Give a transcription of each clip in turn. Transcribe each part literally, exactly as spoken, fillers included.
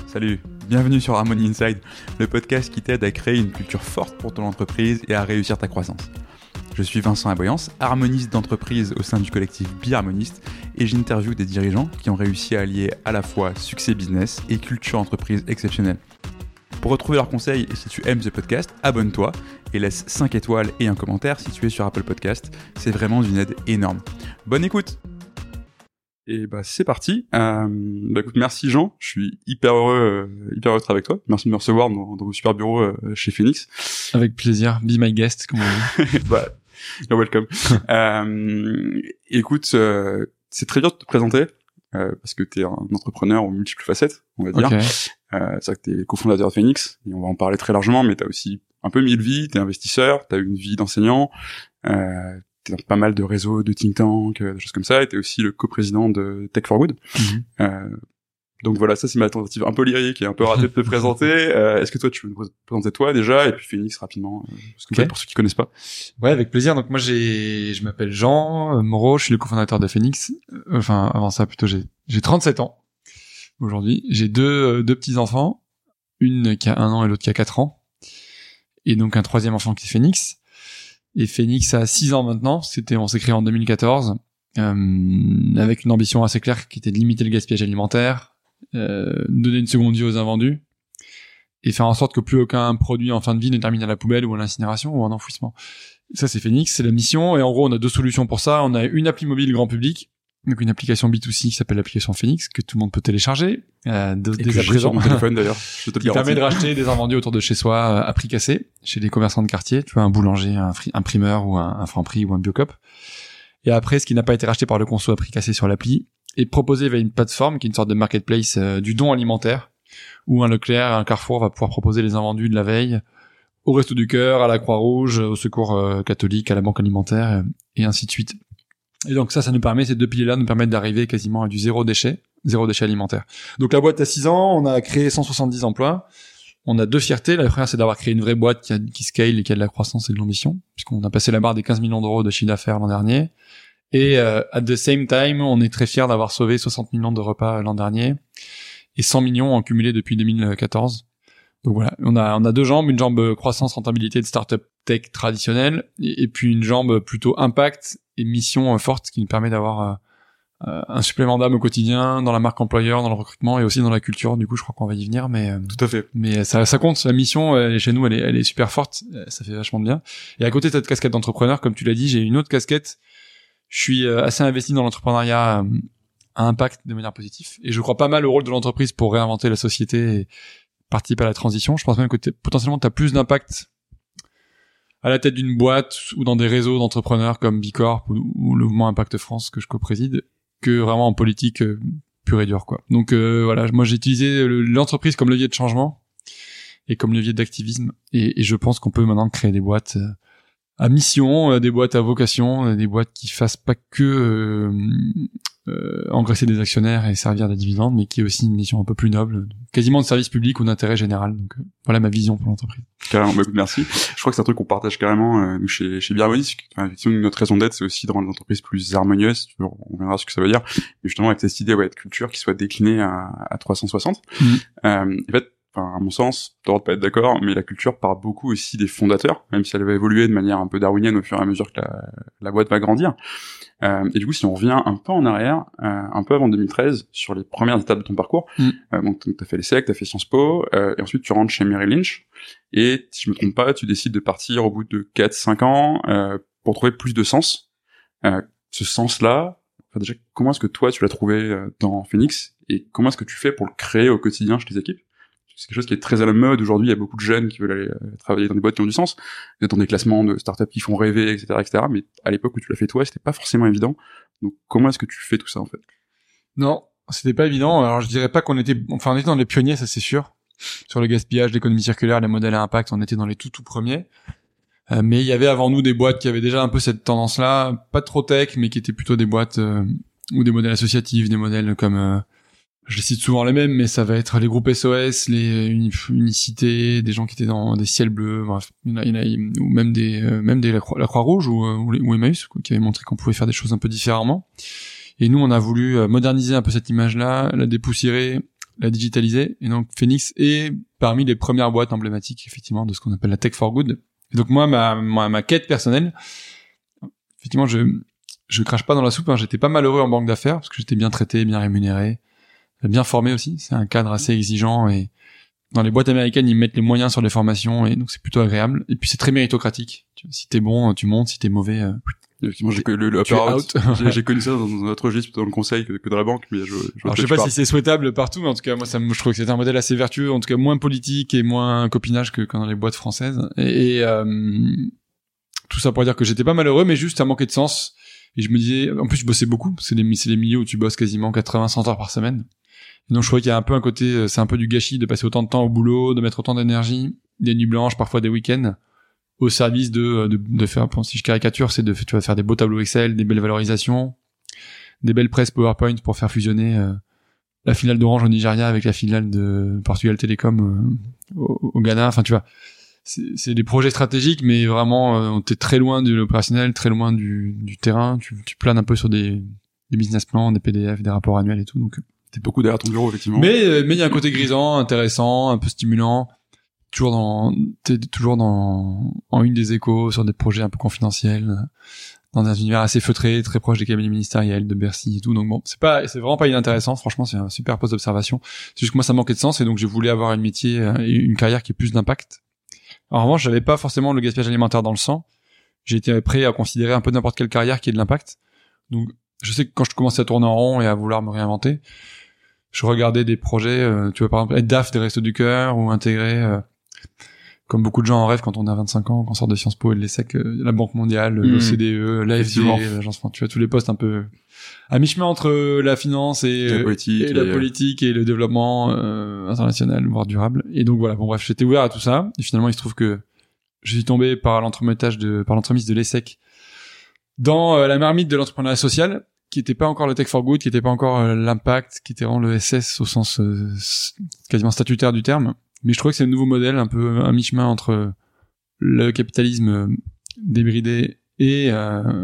Salut, bienvenue sur Harmony Inside, le podcast qui t'aide à créer une culture forte pour ton entreprise et à réussir ta croissance. Je suis Vincent Aboyance, harmoniste d'entreprise au sein du collectif Biharmoniste et j'interviewe des dirigeants qui ont réussi à allier à la fois succès business et culture entreprise exceptionnelle. Pour retrouver leurs conseils et si tu aimes ce podcast, abonne-toi et laisse cinq étoiles et un commentaire si tu es sur Apple Podcast. C'est vraiment d'une aide énorme. Bonne écoute! Et bah c'est parti. Euh, bah écoute, merci Jean, je suis hyper heureux, euh, hyper heureux d'être avec toi. Merci de me recevoir dans, dans vos super bureaux euh, chez Phoenix. Avec plaisir, be my guest, comme on dit. Bah, you're welcome. euh, écoute, euh, c'est très dur de te présenter euh, parce que t'es un entrepreneur aux multiples facettes, on va dire. Okay. Euh, c'est vrai que t'es cofondateur de Phoenix et on va en parler très largement, mais t'as aussi un peu mille vies. T'es investisseur, t'as une vie d'enseignant. Euh, t'es dans pas mal de réseaux, de think tank, euh, des choses comme ça, et t'es aussi le coprésident de Tech for Good. Mm-hmm. Euh, donc voilà, ça c'est ma tentative un peu lyrique et un peu ratée de te présenter. Euh, est-ce que toi tu veux me présenter toi déjà, et puis Phoenix rapidement, euh, ce que vous okay. faites pour ceux qui connaissent pas. Ouais, avec plaisir. Donc moi j'ai, je m'appelle Jean euh, Moreau, je suis le cofondateur de Phoenix. Euh, enfin avant ça plutôt j'ai, j'ai trente-sept ans aujourd'hui. J'ai deux, euh, deux petits enfants, une qui a un an et l'autre qui a quatre ans, et donc un troisième enfant qui est Phoenix. Et Phoenix a six ans maintenant. C'était, on s'est créé en deux mille quatorze, euh, avec une ambition assez claire qui était de limiter le gaspillage alimentaire, euh, donner une seconde vie aux invendus, et faire en sorte que plus aucun produit en fin de vie ne termine à la poubelle ou à l'incinération ou en enfouissement. Ça, c'est Phoenix, c'est la mission. Et en gros, on a deux solutions pour ça. On a une appli mobile grand public, donc une application B deux C qui s'appelle l'application Phoenix, que tout le monde peut télécharger, euh, dès, et dès que à j'ai présent. sur mon téléphone d'ailleurs. Je te le qui permet de racheter des invendus autour de chez soi à prix cassé, chez des commerçants de quartier, tu vois, un boulanger, un, fri- un primeur ou un, un Franprix ou un Biocop. Et après, ce qui n'a pas été racheté par le conso à prix cassé sur l'appli est proposé via une plateforme qui est une sorte de marketplace euh, du don alimentaire, où un Leclerc, un Carrefour va pouvoir proposer les invendus de la veille au Resto du Cœur, à la Croix-Rouge, au Secours euh, catholique, à la Banque alimentaire, euh, et ainsi de suite. Et donc ça, ça nous permet, ces deux piliers-là nous permettent d'arriver quasiment à du zéro déchet, zéro déchet alimentaire. Donc la boîte a six ans, on a créé cent soixante-dix emplois. On a deux fiertés. La première, c'est d'avoir créé une vraie boîte qui, a, qui scale et qui a de la croissance et de l'ambition, puisqu'on a passé la barre des quinze millions d'euros de chiffre d'affaires l'an dernier. Et euh, at the same time, on est très fiers d'avoir sauvé soixante millions de repas l'an dernier et cent millions en cumulé depuis deux mille quatorze. Donc voilà, on a on a deux jambes, une jambe croissance, rentabilité de start-up tech traditionnelle, et, et puis une jambe plutôt impact et mission forte qui nous permet d'avoir euh, un supplément d'âme au quotidien, dans la marque employeur, dans le recrutement et aussi dans la culture. Du coup, je crois qu'on va y venir, mais euh, tout à fait. Mais ça ça compte. La mission, elle, chez nous, elle est elle est super forte. Ça fait vachement de bien. Et à côté de cette casquette d'entrepreneur, comme tu l'as dit, j'ai une autre casquette. Je suis assez investi dans l'entrepreneuriat euh, à impact de manière positive, et je crois pas mal au rôle de l'entreprise pour réinventer la société et participer à la transition. Je pense même que t'es, potentiellement tu as plus d'impact à la tête d'une boîte ou dans des réseaux d'entrepreneurs comme Bicorp ou, ou le mouvement Impact France que je co-préside, que vraiment en politique euh, pure et dure, quoi. Donc euh, voilà, moi j'ai utilisé le, l'entreprise comme levier de changement et comme levier d'activisme, et, et je pense qu'on peut maintenant créer des boîtes euh, à mission, euh, des boîtes à vocation, euh, des boîtes qui fassent pas que euh, euh, engraisser des actionnaires et servir des dividendes, mais qui est aussi une mission un peu plus noble, quasiment de service public ou d'intérêt général. Donc euh, voilà ma vision pour l'entreprise. Carrément, bah, merci. Je crois que c'est un truc qu'on partage carrément euh, nous chez chez Biharmoniste. Enfin, effectivement, notre raison d'être, c'est aussi de rendre l'entreprise plus harmonieuse. On verra ce que ça veut dire. Et justement avec cette idée, ouais, de culture qui soit déclinée à, à trois cent soixante. Mmh. Euh, en fait, enfin, à mon sens, t'auras de pas être d'accord, mais la culture part beaucoup aussi des fondateurs, même si elle va évoluer de manière un peu darwinienne au fur et à mesure que la, la boîte va grandir. Euh, et du coup, si on revient un peu en arrière, euh, un peu avant deux mille treize, sur les premières étapes de ton parcours, mm. euh, donc t'as fait l'ESSEC, t'as fait Sciences Po, euh, et ensuite tu rentres chez Merrill Lynch, et si je me trompe pas, tu décides de partir au bout de quatre cinq ans euh, pour trouver plus de sens. Euh, ce sens-là, enfin déjà, comment est-ce que toi tu l'as trouvé euh, dans Phoenix, et comment est-ce que tu fais pour le créer au quotidien chez tes équipes? C'est quelque chose qui est très à la mode aujourd'hui. Il y a beaucoup de jeunes qui veulent aller euh, travailler dans des boîtes qui ont du sens, dans des classements de startups qui font rêver, et cetera, et cetera. Mais à l'époque où tu l'as fait toi, c'était pas forcément évident. Donc, comment est-ce que tu fais tout ça en fait? Non, c'était pas évident. Alors, je dirais pas qu'on était, enfin, on était dans les pionniers, ça c'est sûr. Sur le gaspillage, l'économie circulaire, les modèles à impact, on était dans les tout tout premiers. Euh, mais il y avait avant nous des boîtes qui avaient déjà un peu cette tendance-là, pas trop tech, mais qui étaient plutôt des boîtes euh, ou des modèles associatifs, des modèles comme euh, je cite souvent les mêmes, mais ça va être les groupes S O S, les uni- unicités, des gens qui étaient dans des ciels bleus, bref, il y en a, il y en a, ou même des, euh, même des la, Croix, la Croix-Rouge ou, ou, ou Emmaüs, quoi, qui avaient montré qu'on pouvait faire des choses un peu différemment. Et nous, on a voulu moderniser un peu cette image-là, la dépoussiérer, la digitaliser. Et donc Phoenix est parmi les premières boîtes emblématiques effectivement de ce qu'on appelle la tech for good. Et donc moi ma ma, ma quête personnelle, effectivement je je crache pas dans la soupe, hein. J'étais pas malheureux en banque d'affaires parce que j'étais bien traité, bien rémunéré, bien formé aussi. C'est un cadre assez exigeant et dans les boîtes américaines, ils mettent les moyens sur les formations et donc c'est plutôt agréable. Et puis c'est très méritocratique. Tu vois, si t'es bon, tu montes. Si t'es mauvais, euh, effectivement, j'ai connu le, le upper out. j'ai, j'ai connu ça dans un autre registre, plutôt dans le conseil que, que dans la banque, mais je, je, Alors, je sais pas parles. si c'est souhaitable partout, mais en tout cas, moi, ça me, je trouve que c'est un modèle assez vertueux, en tout cas moins politique et moins copinage que, que dans les boîtes françaises. Et, et euh, tout ça pour dire que j'étais pas malheureux, mais juste ça manquait de sens. Et je me disais, en plus, je bossais beaucoup. C'est les, c'est les milieux où tu bosses quasiment quatre-vingts, cent heures par semaine. Et donc, je trouvais qu'il y a un peu un côté, c'est un peu du gâchis de passer autant de temps au boulot, de mettre autant d'énergie, des nuits blanches, parfois des week-ends, au service de, de, de faire, si je caricature, c'est de, tu vas faire des beaux tableaux Excel, des belles valorisations, des belles presses PowerPoint pour faire fusionner euh, la filiale d'Orange au Nigeria avec la filiale de Portugal Telecom euh, au, au Ghana. Enfin, tu vois, c'est, c'est des projets stratégiques, mais vraiment, euh, t'es très loin de l'opérationnel, très loin du, du terrain. Tu, tu planes un peu sur des, des business plans, des P D F, des rapports annuels et tout. Donc, t'es beaucoup derrière ton bureau, effectivement. Mais mais il y a un côté grisant, intéressant, un peu stimulant. Toujours dans, t'es toujours dans, en une des échos sur des projets un peu confidentiels, dans un univers assez feutré, très proche des cabinets ministériels, de Bercy et tout. Donc bon, c'est pas, c'est vraiment pas inintéressant. Franchement, c'est un super poste d'observation. C'est juste que moi, ça manquait de sens et donc je voulais avoir un métier et une carrière qui ait plus d'impact. En revanche, j'avais pas forcément le gaspillage alimentaire dans le sang. J'étais prêt à considérer un peu n'importe quelle carrière qui ait de l'impact. Donc, je sais que quand je commençais à tourner en rond et à vouloir me réinventer, je regardais des projets, euh, tu vois, par exemple, être D A F des Restos du Cœur ou intégrer, euh, comme beaucoup de gens en rêvent quand on a vingt-cinq ans, qu'on sort de Sciences Po et de l'ESSEC, euh, la Banque mondiale, mmh. l'O C D E, l'A F D, l'agence, tu vois, tous les postes un peu à mi-chemin entre la finance et, la politique, et, et, la politique et le développement euh, international, voire durable. Et donc voilà, bon bref, j'étais ouvert à tout ça. Et finalement, il se trouve que je suis tombé par l'entremettage de, par l'entremise de l'ESSEC dans euh, la marmite de l'entrepreneuriat social, qui était pas encore le tech for good, qui était pas encore euh, l'impact, qui était vraiment le S S au sens euh, quasiment statutaire du terme. Mais je trouvais que c'est un nouveau modèle, un peu un mi-chemin entre le capitalisme débridé et euh,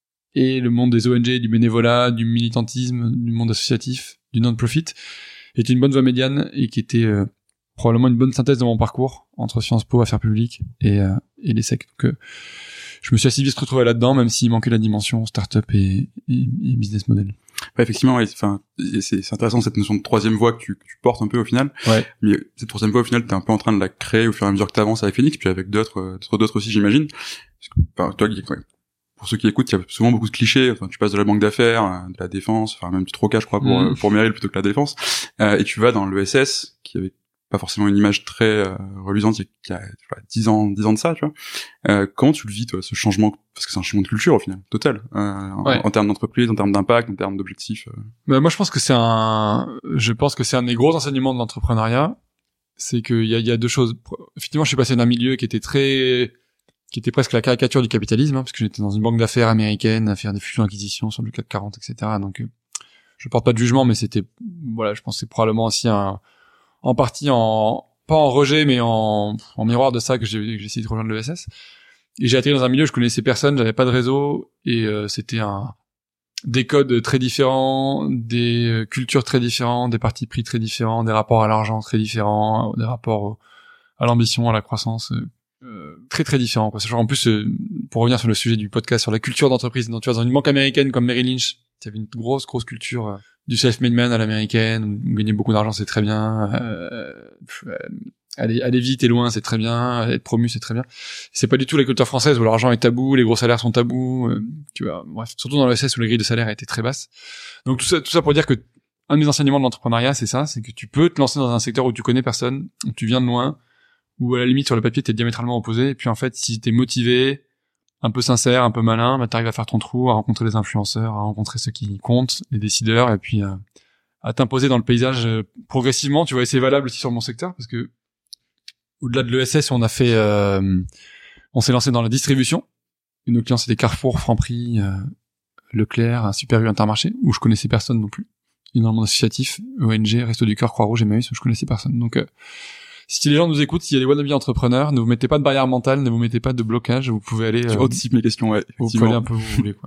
et le monde des O N G, du bénévolat, du militantisme, du monde associatif, du non-profit, était une bonne voie médiane et qui était euh, probablement une bonne synthèse de mon parcours entre Sciences Po, Affaires publiques et euh, et l'ESSEC. Donc euh, je me suis assez vite retrouvé là-dedans, même s'il manquait la dimension start-up et, et, et business model. Ouais, effectivement, ouais, enfin, c'est, c'est intéressant cette notion de troisième voie que tu, que tu portes un peu au final. Ouais. Mais cette troisième voie, au final, t'es un peu en train de la créer au fur et à mesure que t'avances avec Phoenix, puis avec d'autres, d'autres, d'autres aussi, j'imagine. Parce que, enfin, toi, ouais, pour ceux qui écoutent, il y a souvent beaucoup de clichés. Enfin, tu passes de la banque d'affaires, de la défense, enfin, même du trocage, je crois, pour, mmh. pour Meryl plutôt que la défense. Euh, et tu vas dans l'E S S, qui avait pas forcément une image très euh, reluisante il y a dix ans dix ans de ça, tu vois. Euh, comment tu le vis, toi, ce changement, parce que c'est un changement de culture au final total, euh, en, ouais. en termes d'entreprise, en termes d'impact, en termes d'objectifs. Euh. Bah, moi je pense que c'est un je pense que c'est un des gros enseignements de l'entrepreneuriat, c'est que il y a il y a deux choses. Effectivement, je suis passé d'un milieu qui était très qui était presque la caricature du capitalisme, hein, parce que j'étais dans une banque d'affaires américaine à faire des fusions acquisitions sur le C A C quarante, et cetera. Donc euh, je porte pas de jugement, mais c'était voilà, je pense que c'est probablement aussi un en partie en pas en rejet mais en en miroir de ça que j'ai que j'ai essayé de rejoindre l'E S S. Et j'ai atterri dans un milieu où je connaissais personne, j'avais pas de réseau et euh, c'était un des codes très différents, des cultures très différentes, des partis pris très différents, des rapports à l'argent très différents, des rapports au, à l'ambition, à la croissance euh, très très différents quoi. Genre en plus euh, pour revenir sur le sujet du podcast sur la culture d'entreprise, donc tu vois dans une banque américaine comme Merrill Lynch, il y avait une grosse grosse culture euh, du self-made man à l'américaine, où gagner beaucoup d'argent c'est très bien, euh, euh, aller, aller vite et loin c'est très bien, être promu c'est très bien. C'est pas du tout la culture française où l'argent est tabou, les gros salaires sont tabous, euh, tu vois, bref, surtout dans l'E S S où les grilles de salaire étaient très basses. Donc tout ça, tout ça pour dire que un des enseignements de l'entrepreneuriat c'est ça, c'est que tu peux te lancer dans un secteur où tu connais personne, où tu viens de loin, où à la limite sur le papier t'es diamétralement opposé, et puis en fait si t'es motivé, un peu sincère, un peu malin, bah t'arrives à faire ton trou, à rencontrer les influenceurs, à rencontrer ceux qui comptent, les décideurs, et puis euh, à t'imposer dans le paysage euh, progressivement. Tu vois, et c'est valable aussi sur mon secteur, parce que au-delà de l'E S S, on a fait, euh, on s'est lancé dans la distribution. Et nos clients c'était Carrefour, Franprix, euh, Leclerc, Super U, Intermarché, où je connaissais personne non plus. Et dans le monde associatif, O N G, Restos du Cœur, Croix-Rouge, Emmaüs, je connaissais personne. Donc euh, si les gens nous écoutent, s'il y a des wannabe entrepreneurs, ne vous mettez pas de barrière mentale, ne vous mettez pas de blocage, vous pouvez aller... Tu euh, anticipes mes questions, ouais. Vous pouvez aller un peu où vous voulez, quoi.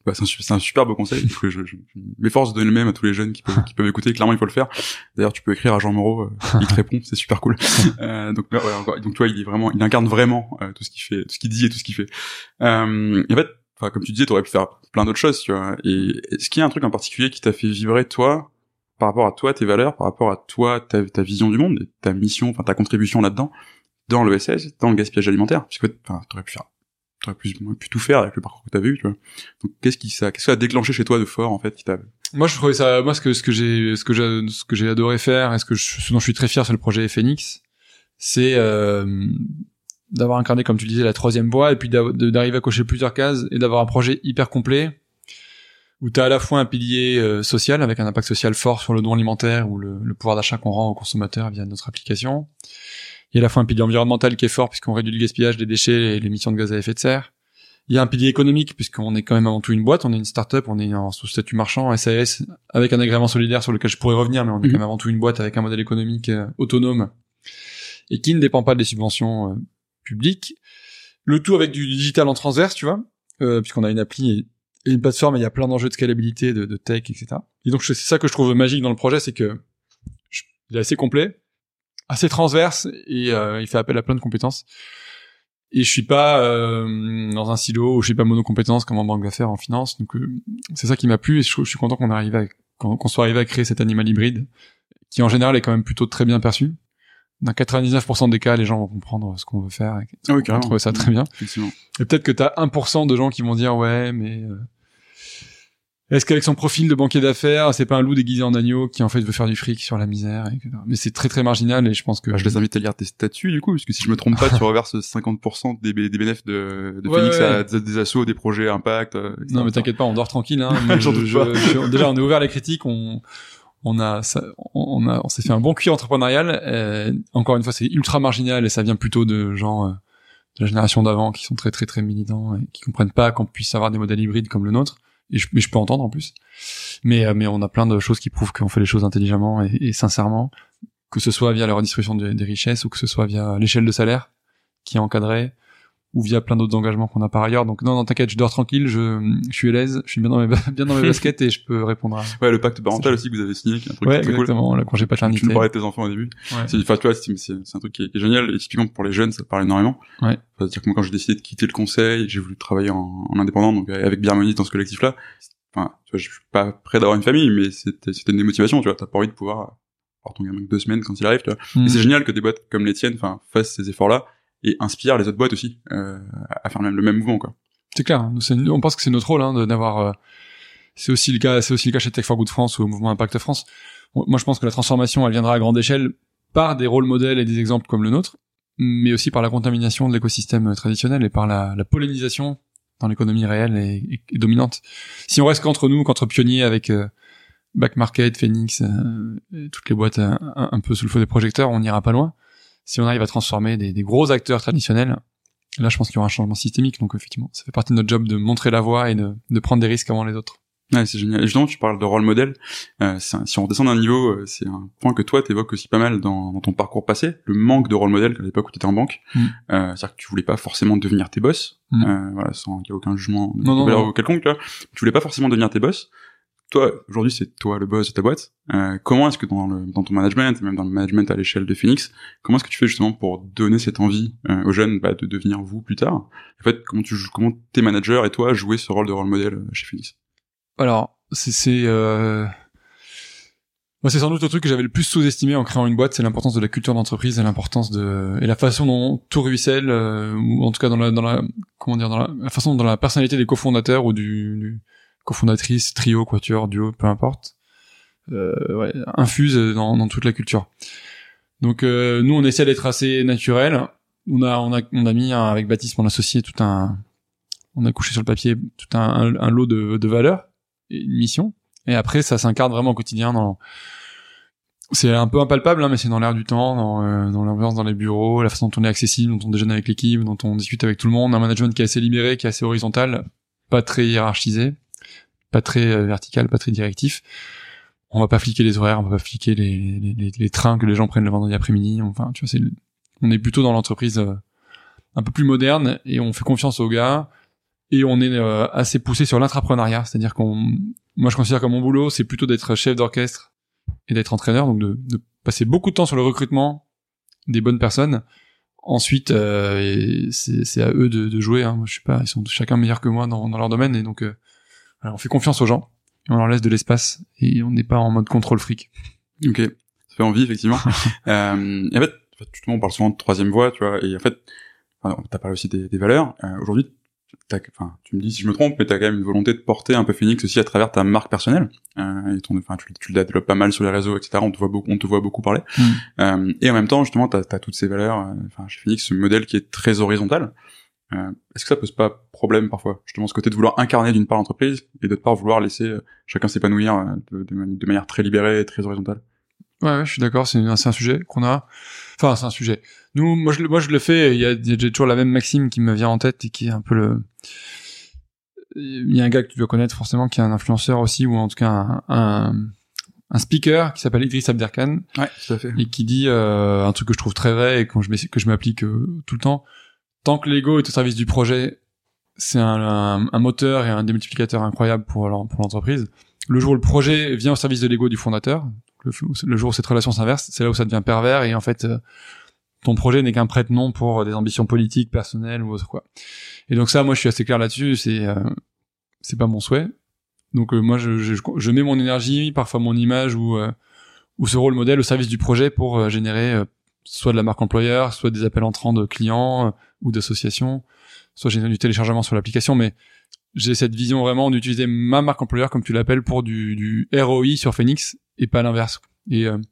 Bah, c'est un, c'est un super beau conseil. Que je, je, je m'efforce de donner le même à tous les jeunes qui peuvent, qui peuvent écouter. Clairement, il faut le faire. D'ailleurs, tu peux écrire à Jean Moreau, euh, il te répond, c'est super cool. Euh, donc, ouais, encore, donc, tu vois, il est vraiment, il incarne vraiment euh, tout ce qu'il fait, tout ce qu'il dit et tout ce qu'il fait. Euh, et en fait, enfin, comme tu disais, t'aurais pu faire plein d'autres choses, tu vois. Et est-ce qu'il y a un truc en particulier qui t'a fait vibrer toi, par rapport à toi, tes valeurs, par rapport à toi, ta, ta vision du monde, et ta mission, enfin ta contribution là-dedans, dans l'E S S, dans le gaspillage alimentaire, puisque enfin, t'aurais pu faire. T'aurais pu, pu tout faire avec le parcours que t'avais eu, tu vois. Donc, qu'est-ce qui ça, qu'est-ce qui a déclenché chez toi de fort, en fait, qui t'a... Moi, je trouvais ça, moi, ce que, ce que j'ai, ce que j'ai, ce que j'ai adoré faire, et ce que je, ce dont je suis très fier sur le projet Phoenix, c'est, euh, d'avoir incarné, comme tu le disais, la troisième voie, et puis d'arriver à cocher plusieurs cases, et d'avoir un projet hyper complet, où t'as à la fois un pilier euh, social, avec un impact social fort sur le don alimentaire, ou le, le pouvoir d'achat qu'on rend aux consommateurs via notre application. Il y a à la fois un pilier environnemental qui est fort puisqu'on réduit le gaspillage des déchets et l'émission de gaz à effet de serre. Il y a un pilier économique puisqu'on est quand même avant tout une boîte, on est une start-up, on est en sous statut marchand, S A S, avec un agrément solidaire sur lequel je pourrais revenir, mais on est mmh. quand même avant tout une boîte avec un modèle économique euh, autonome et qui ne dépend pas des subventions euh, publiques. Le tout avec du digital en transverse, tu vois, euh, puisqu'on a une appli et, et une plateforme et il y a plein d'enjeux de scalabilité, de, de tech, et cetera. Et donc c'est ça que je trouve magique dans le projet, c'est que je, il est assez complet, assez transverse et euh, il fait appel à plein de compétences. Et je suis pas euh, dans un silo où je suis pas monocompétence comme en banque d'affaires, en finance. Donc euh, c'est ça qui m'a plu et je, je suis content qu'on arrive à qu'on, qu'on soit arrivé à créer cet animal hybride qui en général est quand même plutôt très bien perçu. Dans quatre-vingt-dix-neuf pour cent des cas, les gens vont comprendre ce qu'on veut faire. Et ah oui, on va trouver ça très bien. Effectivement. Et peut-être que t'as un pour cent de gens qui vont dire ouais, mais euh, est-ce qu'avec son profil de banquier d'affaires, c'est pas un loup déguisé en agneau qui en fait veut faire du fric sur la misère, et cetera. Mais c'est très très marginal et je pense que... Bah, je les invite à lire tes statuts du coup, parce que si je me trompe pas, tu reverses cinquante pour cent des, des bénéfices de, de ouais, Phoenix ouais. à des, des assos, des projets impact. Euh, non mais t'inquiète pas, on dort tranquille. Hein, mais je, je, je, déjà on est ouvert à la critique, on, on a, ça, on a, on s'est fait un bon cuir entrepreneurial. Euh, encore une fois, c'est ultra marginal et ça vient plutôt de gens euh, de la génération d'avant qui sont très très très militants et qui comprennent pas qu'on puisse avoir des modèles hybrides comme le nôtre. Et je, mais je peux entendre en plus. Mais, euh, mais on a plein de choses qui prouvent qu'on fait les choses intelligemment et, et sincèrement, que ce soit via la redistribution des, des richesses ou que ce soit via l'échelle de salaire qui est encadrée ou via plein d'autres engagements qu'on a par ailleurs. Donc non, non, t'inquiète, je dors tranquille, je, je suis à l'aise, je suis bien dans mes, bien dans mes baskets et je peux répondre à... Ouais, le pacte parental aussi que vous avez signé, qui est un truc ouais, très exactement, cool. Le congé paternité. Tu nous parlais de tes enfants au début. Ouais. C'est, enfin, tu vois, c'est, c'est, c'est un truc qui est, qui est génial et typiquement pour les jeunes, ça parle énormément. Ouais. C'est-à-dire que moi, quand j'ai décidé de quitter le conseil, j'ai voulu travailler en, en indépendant, donc avec Biharmonie dans ce collectif-là. Enfin, tu vois, je suis pas prêt d'avoir une famille, mais c'était, c'était une des motivations, tu vois. T'as pas envie de pouvoir avoir ton gamin que deux semaines quand il arrive, tu vois. Mmh. Et c'est génial que des boîtes comme les tiennes, enfin, fassent ces efforts-là et inspirent les autres boîtes aussi euh, à faire même le même mouvement, quoi. C'est clair. C'est, on pense que c'est notre rôle, hein, d'avoir. Euh, c'est aussi le cas, c'est aussi le cas chez Tech for Good France ou au mouvement Impact France. Moi, je pense que la transformation, elle viendra à grande échelle par des rôles modèles et des exemples comme le nôtre, mais aussi par la contamination de l'écosystème traditionnel et par la, la pollinisation dans l'économie réelle et, et, et dominante. Si on reste qu'entre nous, qu'entre pionniers avec euh, Back Market, Phoenix, euh, et toutes les boîtes un, un, un peu sous le feu des projecteurs, on n'ira pas loin. Si on arrive à transformer des, des gros acteurs traditionnels, là, je pense qu'il y aura un changement systémique. Donc, effectivement, ça fait partie de notre job de montrer la voie et de, de prendre des risques avant les autres. Ouais, c'est génial. Et justement, tu parles de rôle modèle. Euh, c'est un, si on redescend d'un niveau, euh, c'est un point que toi, t'évoques aussi pas mal dans, dans ton parcours passé, le manque de rôle modèle à l'époque où t'étais en banque. Mm. Euh, c'est-à-dire que tu voulais pas forcément devenir tes boss, mm. euh, voilà, sans qu'il y ait aucun jugement de non, non, non. quelconque, tu vois. Tu voulais pas forcément devenir tes boss. Toi, aujourd'hui, c'est toi le boss de ta boîte. Euh, comment est-ce que dans, le, dans ton management, et même dans le management à l'échelle de Phoenix, comment est-ce que tu fais justement pour donner cette envie euh, aux jeunes bah, de devenir vous plus tard? En fait, comment tu comment tes managers et toi jouez ce rôle de rôle modèle chez Phoenix? Alors, c'est c'est euh... moi, c'est sans doute le truc que j'avais le plus sous-estimé en créant une boîte, c'est l'importance de la culture d'entreprise et l'importance de et la façon dont tout ruisselle, euh, ou en tout cas dans la dans la comment dire dans la, la façon dont la personnalité des cofondateurs ou du, du cofondatrice, trio, quatuor, duo, peu importe, euh, ouais, infuse dans, dans toute la culture. Donc euh, nous, on essaie d'être assez naturel. On a, on a, on a mis un, avec Baptiste, mon associé, tout un, on a couché sur le papier tout un, un, un lot de, de valeurs et une mission. Et après, ça s'incarne vraiment au quotidien. Dans, c'est un peu impalpable, hein, mais c'est dans l'air du temps, dans, euh, dans l'ambiance dans les bureaux, la façon dont on est accessible, dont on déjeune avec l'équipe, dont on discute avec tout le monde, un management qui est assez libéré, qui est assez horizontal, pas très hiérarchisé. Pas très euh, vertical, pas très directif. On va pas fliquer les horaires, on va pas fliquer les, les, les, les trains que les gens prennent le vendredi après-midi. Enfin, tu vois, c'est, on est plutôt dans l'entreprise euh, un peu plus moderne et on fait confiance aux gars. et on est euh, assez poussé sur l'intrapreneuriat, c'est-à-dire qu'on, moi je considère que mon boulot c'est plutôt d'être chef d'orchestre et d'être entraîneur, donc de, de passer beaucoup de temps sur le recrutement des bonnes personnes. Ensuite, euh, c'est, c'est à eux de, de jouer. Hein. Moi, je sais pas, ils sont chacun meilleurs que moi dans, dans leur domaine, et donc euh, voilà, on fait confiance aux gens et on leur laisse de l'espace et on n'est pas en mode contrôle fric. Ok, ça fait envie effectivement. euh, et en fait, justement, on parle souvent de troisième voie, tu vois, et en fait, enfin, t'as parlé aussi des, des valeurs. Euh, aujourd'hui, t'as, enfin, tu me dis si je me trompe, mais t'as quand même une volonté de porter un peu Phoenix aussi à travers ta marque personnelle. Euh, et ton, enfin, tu, tu la développes pas mal sur les réseaux, et cetera. On te voit beaucoup, on te voit beaucoup parler. Mm. Euh, et en même temps, justement, t'as, t'as toutes ces valeurs. Euh, enfin, chez Phoenix, ce modèle qui est très horizontal. Euh, est-ce que ça pose pas problème parfois, justement, ce côté de vouloir incarner d'une part l'entreprise et d'autre part vouloir laisser euh, chacun s'épanouir euh, de, de, de manière très libérée et très horizontale? Ouais, ouais, je suis d'accord. C'est, c'est un sujet qu'on a. Enfin, c'est un sujet. Nous, moi, je, moi, je le fais. Il y a, il y a toujours la même maxime qui me vient en tête et qui est un peu le. Il y a un gars que tu dois connaître forcément, qui est un influenceur aussi, ou en tout cas un, un, un speaker qui s'appelle Idriss Abderkan. Ouais, tout à fait. Et qui dit euh, un truc que je trouve très vrai et que je, que je m'applique euh, tout le temps. Tant que l'ego est au service du projet, c'est un, un, un moteur et un démultiplicateur incroyable pour, pour l'entreprise. Le jour où le projet vient au service de l'ego du fondateur, le, le jour où cette relation s'inverse, c'est là où ça devient pervers et en fait, euh, ton projet n'est qu'un prête-nom pour des ambitions politiques, personnelles ou autre quoi. Et donc ça, moi, je suis assez clair là-dessus. C'est euh, c'est pas mon souhait. Donc euh, moi, je, je je mets mon énergie, parfois mon image ou euh, ou ce rôle modèle au service du projet pour euh, générer euh, soit de la marque employeur, soit des appels entrants de clients euh, ou d'associations, soit générer du téléchargement sur l'application. Mais j'ai cette vision vraiment d'utiliser ma marque employeur, comme tu l'appelles, pour du, du R O I sur Phoenix et pas l'inverse. Et euh,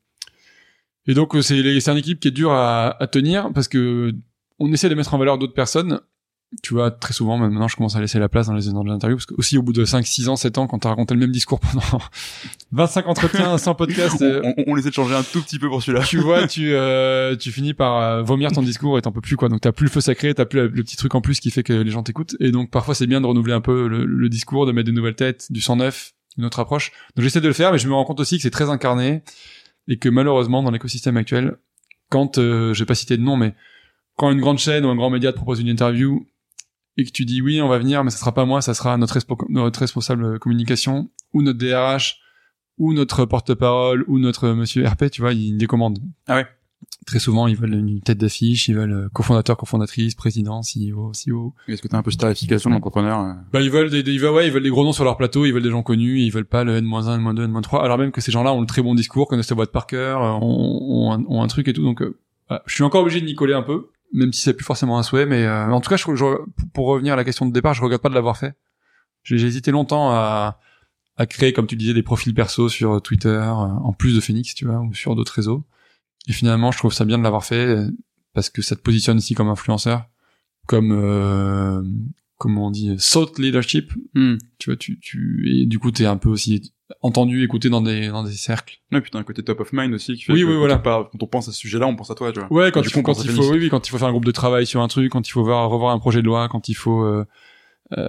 et donc c'est c'est une équipe qui est dure à, à tenir parce que on essaie de mettre en valeur d'autres personnes. Tu vois, très souvent, maintenant, je commence à laisser la place dans les, dans les interviews, parce que aussi, au bout de cinq, six ans, sept ans, quand t'as raconté le même discours pendant vingt-cinq entretiens, cent podcasts, euh, on, on, on essaie de changer un tout petit peu pour celui-là. Tu vois, tu, euh, tu finis par euh, vomir ton discours et t'en peux plus, quoi. Donc, t'as plus le feu sacré, t'as plus le, le petit truc en plus qui fait que les gens t'écoutent. Et donc, parfois, c'est bien de renouveler un peu le, le discours, de mettre de nouvelles têtes, du sang neuf, une autre approche. Donc, j'essaie de le faire, mais je me rends compte aussi que c'est très incarné et que malheureusement, dans l'écosystème actuel, quand, euh, je vais pas citer de nom, mais quand une grande chaîne ou un grand média te propose une interview, et que tu dis oui, on va venir, mais ça sera pas moi, ça sera notre, respo- notre responsable communication, ou notre D R H, ou notre porte-parole, ou notre monsieur R P, tu vois, ils décommandent. Ah ouais. Très souvent, ils veulent une tête d'affiche, ils veulent cofondateur, cofondatrice, président, C E O, C E O. Est-ce que t'as un peu cette tarification de l'entrepreneur? euh... Bah, ils veulent des, des, ils veulent, ouais, ils veulent des gros noms sur leur plateau, ils veulent des gens connus, ils veulent pas le N moins un, N moins deux, N moins trois, alors même que ces gens-là ont le très bon discours, connaissent la boîte par cœur, ont, ont, un, ont un truc et tout, donc, euh, voilà. Je suis encore obligé de m'y coller un peu. Même si c'est plus forcément un souhait, mais euh, en tout cas, je, je, pour revenir à la question de départ, je regrette pas de l'avoir fait. J'ai, j'ai hésité longtemps à, à créer, comme tu disais, des profils perso sur Twitter, euh, en plus de Phoenix, tu vois, ou sur d'autres réseaux. Et finalement, je trouve ça bien de l'avoir fait parce que ça te positionne ici comme influenceur, comme euh, comment on dit, thought leadership. Mm. Tu vois, tu, tu et du coup, t'es un peu aussi entendu, écouté dans des dans des cercles. Ouais, puis t'as un côté top of mind aussi qui fait oui, que oui, quand, voilà. on parle, quand on pense à ce sujet-là, on pense à toi, tu vois. Ouais, quand, il coup, faut, quand il faut, oui, oui, quand il faut faire un groupe de travail sur un truc, quand il faut voir, revoir un projet de loi, quand il faut, euh, euh,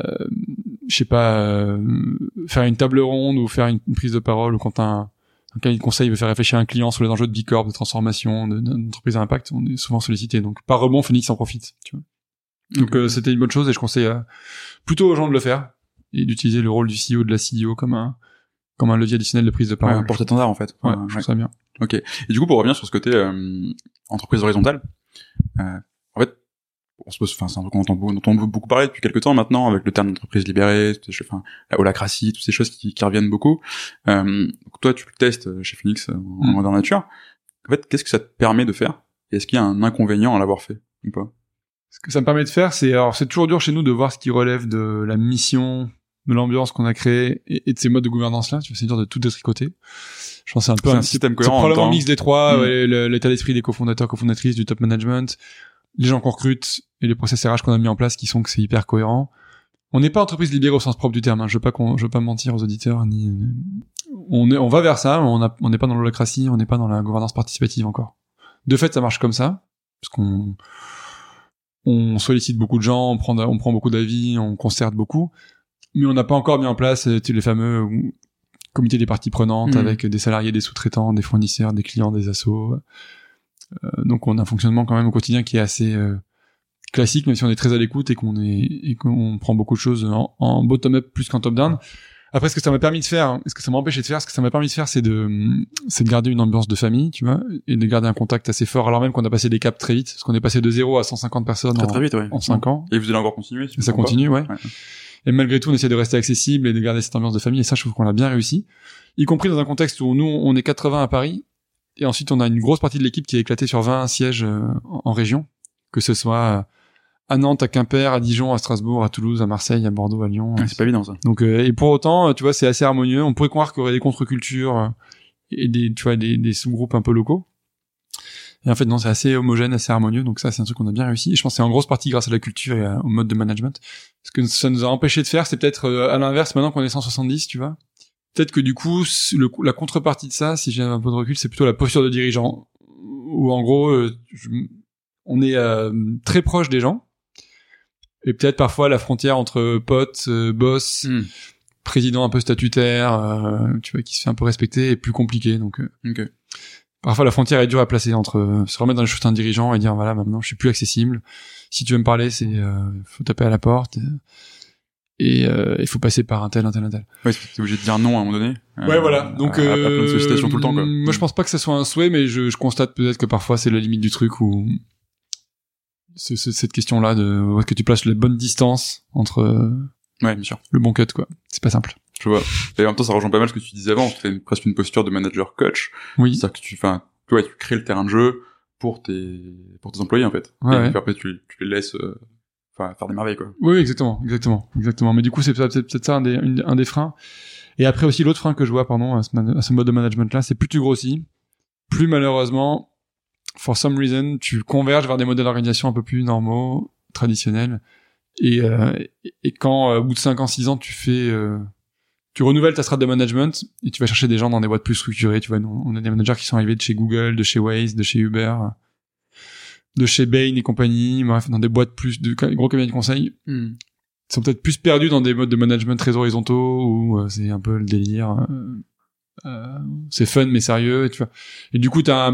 je sais pas, euh, faire une table ronde ou faire une, une prise de parole, ou quand un, un cabinet de conseil veut faire réfléchir un client sur les enjeux de B Corp, de transformation, de, d'entreprise à impact, on est souvent sollicité. Donc, par rebond, Phoenix en profite, tu vois. Donc, okay. euh, c'était une bonne chose et je conseille euh, plutôt aux gens de le faire et d'utiliser le rôle du C E O, de la C E O comme un, comme un levier additionnel de prise de parole. Ouais, pour cet en fait. Ouais, euh, je ouais. trouve ça bien. Ok. Et du coup, pour revenir sur ce côté euh, entreprise horizontale, euh, en fait, on se pose, enfin, c'est un truc qu'on entend, dont on entend beaucoup parler depuis quelques temps maintenant, avec le terme d'entreprise libérée, enfin, la holacratie, toutes ces choses qui, qui reviennent beaucoup. Euh, donc toi, tu le testes chez Phoenix en mm. grandeur nature. En fait, qu'est-ce que ça te permet de faire? Et est-ce qu'il y a un inconvénient à l'avoir fait ou pas? Ce que ça me permet de faire, c'est, alors, c'est toujours dur chez nous de voir ce qui relève de la mission, de l'ambiance qu'on a créée et, et de ces modes de gouvernance-là. Tu vois, c'est dur de tout détricoter. Je pense que c'est un peu c'est un, un système c'est cohérent. C'est probablement un mix des trois, mmh. ouais, le, l'état d'esprit des cofondateurs, cofondatrices, du top management, les gens qu'on recrute et les process R H qu'on a mis en place qui sont que c'est hyper cohérent. On n'est pas entreprise libérée au sens propre du terme, hein. Je veux pas qu'on, je veux pas mentir aux auditeurs, ni, on est, on va vers ça, on a, on n'est pas dans l'holacratie, on n'est pas dans la gouvernance participative encore. De fait, ça marche comme ça, parce qu'on, on sollicite beaucoup de gens, on prend, on prend beaucoup d'avis, on concerte beaucoup, mais on n'a pas encore mis en place les fameux comités des parties prenantes mmh. avec des salariés, des sous-traitants, des fournisseurs, des clients, des assos. Euh, donc on a un fonctionnement quand même au quotidien qui est assez, euh, classique, même si on est très à l'écoute et qu'on est et qu'on prend beaucoup de choses en, en bottom-up plus qu'en top-down. Après, ce que ça m'a permis de faire, ce que ça m'a empêché de faire, ce que ça m'a permis de faire, c'est de, c'est de garder une ambiance de famille, tu vois, et de garder un contact assez fort, alors même qu'on a passé des caps très vite, parce qu'on est passé de zéro à cent cinquante personnes très, en, très vite, ouais. en cinq ans. Et vous allez encore continuer, si et ça continue, ouais. ouais. Et malgré tout, on essaie de rester accessible et de garder cette ambiance de famille, et ça, je trouve qu'on l'a bien réussi. Y compris dans un contexte où nous, on est quatre-vingts à Paris, et ensuite, on a une grosse partie de l'équipe qui est éclatée sur vingt sièges euh, en, en région, que ce soit euh, à Nantes, à Quimper, à Dijon, à Strasbourg, à Toulouse, à Marseille, à Bordeaux, à Lyon. Ouais, c'est pas évident, ça. Donc, euh, et pour autant, tu vois, c'est assez harmonieux. On pourrait croire qu'il y aurait des contre-cultures euh, et des, tu vois, des, des sous-groupes un peu locaux. Et en fait, non, c'est assez homogène, assez harmonieux. Donc ça, c'est un truc qu'on a bien réussi. Et je pense que c'est en grosse partie grâce à la culture et à, au mode de management. Ce que ça nous a empêché de faire, c'est peut-être euh, à l'inverse, maintenant qu'on est cent soixante-dix, tu vois. Peut-être que du coup, le, la contrepartie de ça, si j'ai un peu de recul, c'est plutôt la posture de dirigeant. Où en gros, euh, je, on est euh, très proche des gens. Et peut-être parfois la frontière entre pote, euh, boss, mm. président un peu statutaire, euh, tu vois, qui se fait un peu respecter, est plus compliquée. Donc, euh, okay. Parfois la frontière est dure à placer entre euh, se remettre dans les chaussures d'un dirigeant et dire voilà, maintenant je suis plus accessible. Si tu veux me parler, c'est euh, faut taper à la porte et il euh, faut passer par un tel, un tel, un tel. Ouais, t'es obligé de dire non à un moment donné. Ouais, euh, voilà. Donc à, euh, à plein de sollicitations tout le temps, quoi. Moi, je pense pas que ça soit un souhait, mais je, je constate peut-être que parfois c'est la limite du truc où c'est, c'est cette question-là de où est-ce que tu places la bonne distance entre euh, ouais, bien sûr, le bon cut, quoi. C'est pas simple. Je vois. Et en même temps, ça rejoint pas mal ce que tu disais avant. Tu as presque une posture de manager coach. Oui. C'est-à-dire que tu, enfin, tu vois, tu crées le terrain de jeu pour tes, pour tes employés, en fait. Ouais, et ouais. puis après, tu, tu les laisses, enfin, euh, faire des merveilles, quoi. Oui, exactement, exactement, exactement. Mais du coup, c'est peut-être, peut-être ça un des, une, un des freins. Et après aussi, l'autre frein que je vois, pardon, à ce, à ce mode de management-là, c'est plus tu grossis, plus malheureusement, for some reason, tu converges vers des modèles d'organisation un peu plus normaux, traditionnels. Et, euh, et quand, euh, au bout de cinq ans, six ans, tu fais, euh, tu renouvelles ta strate de management et tu vas chercher des gens dans des boîtes plus structurées. Tu vois, nous, on a des managers qui sont arrivés de chez Google, de chez Waze, de chez Uber, de chez Bain et compagnie, bref, dans des boîtes plus de gros cabinets de conseil. Mm. Ils sont peut-être plus perdus dans des modes de management très horizontaux où euh, c'est un peu le délire. Euh, euh, c'est fun mais sérieux, et tu vois. Et du coup, t'as un...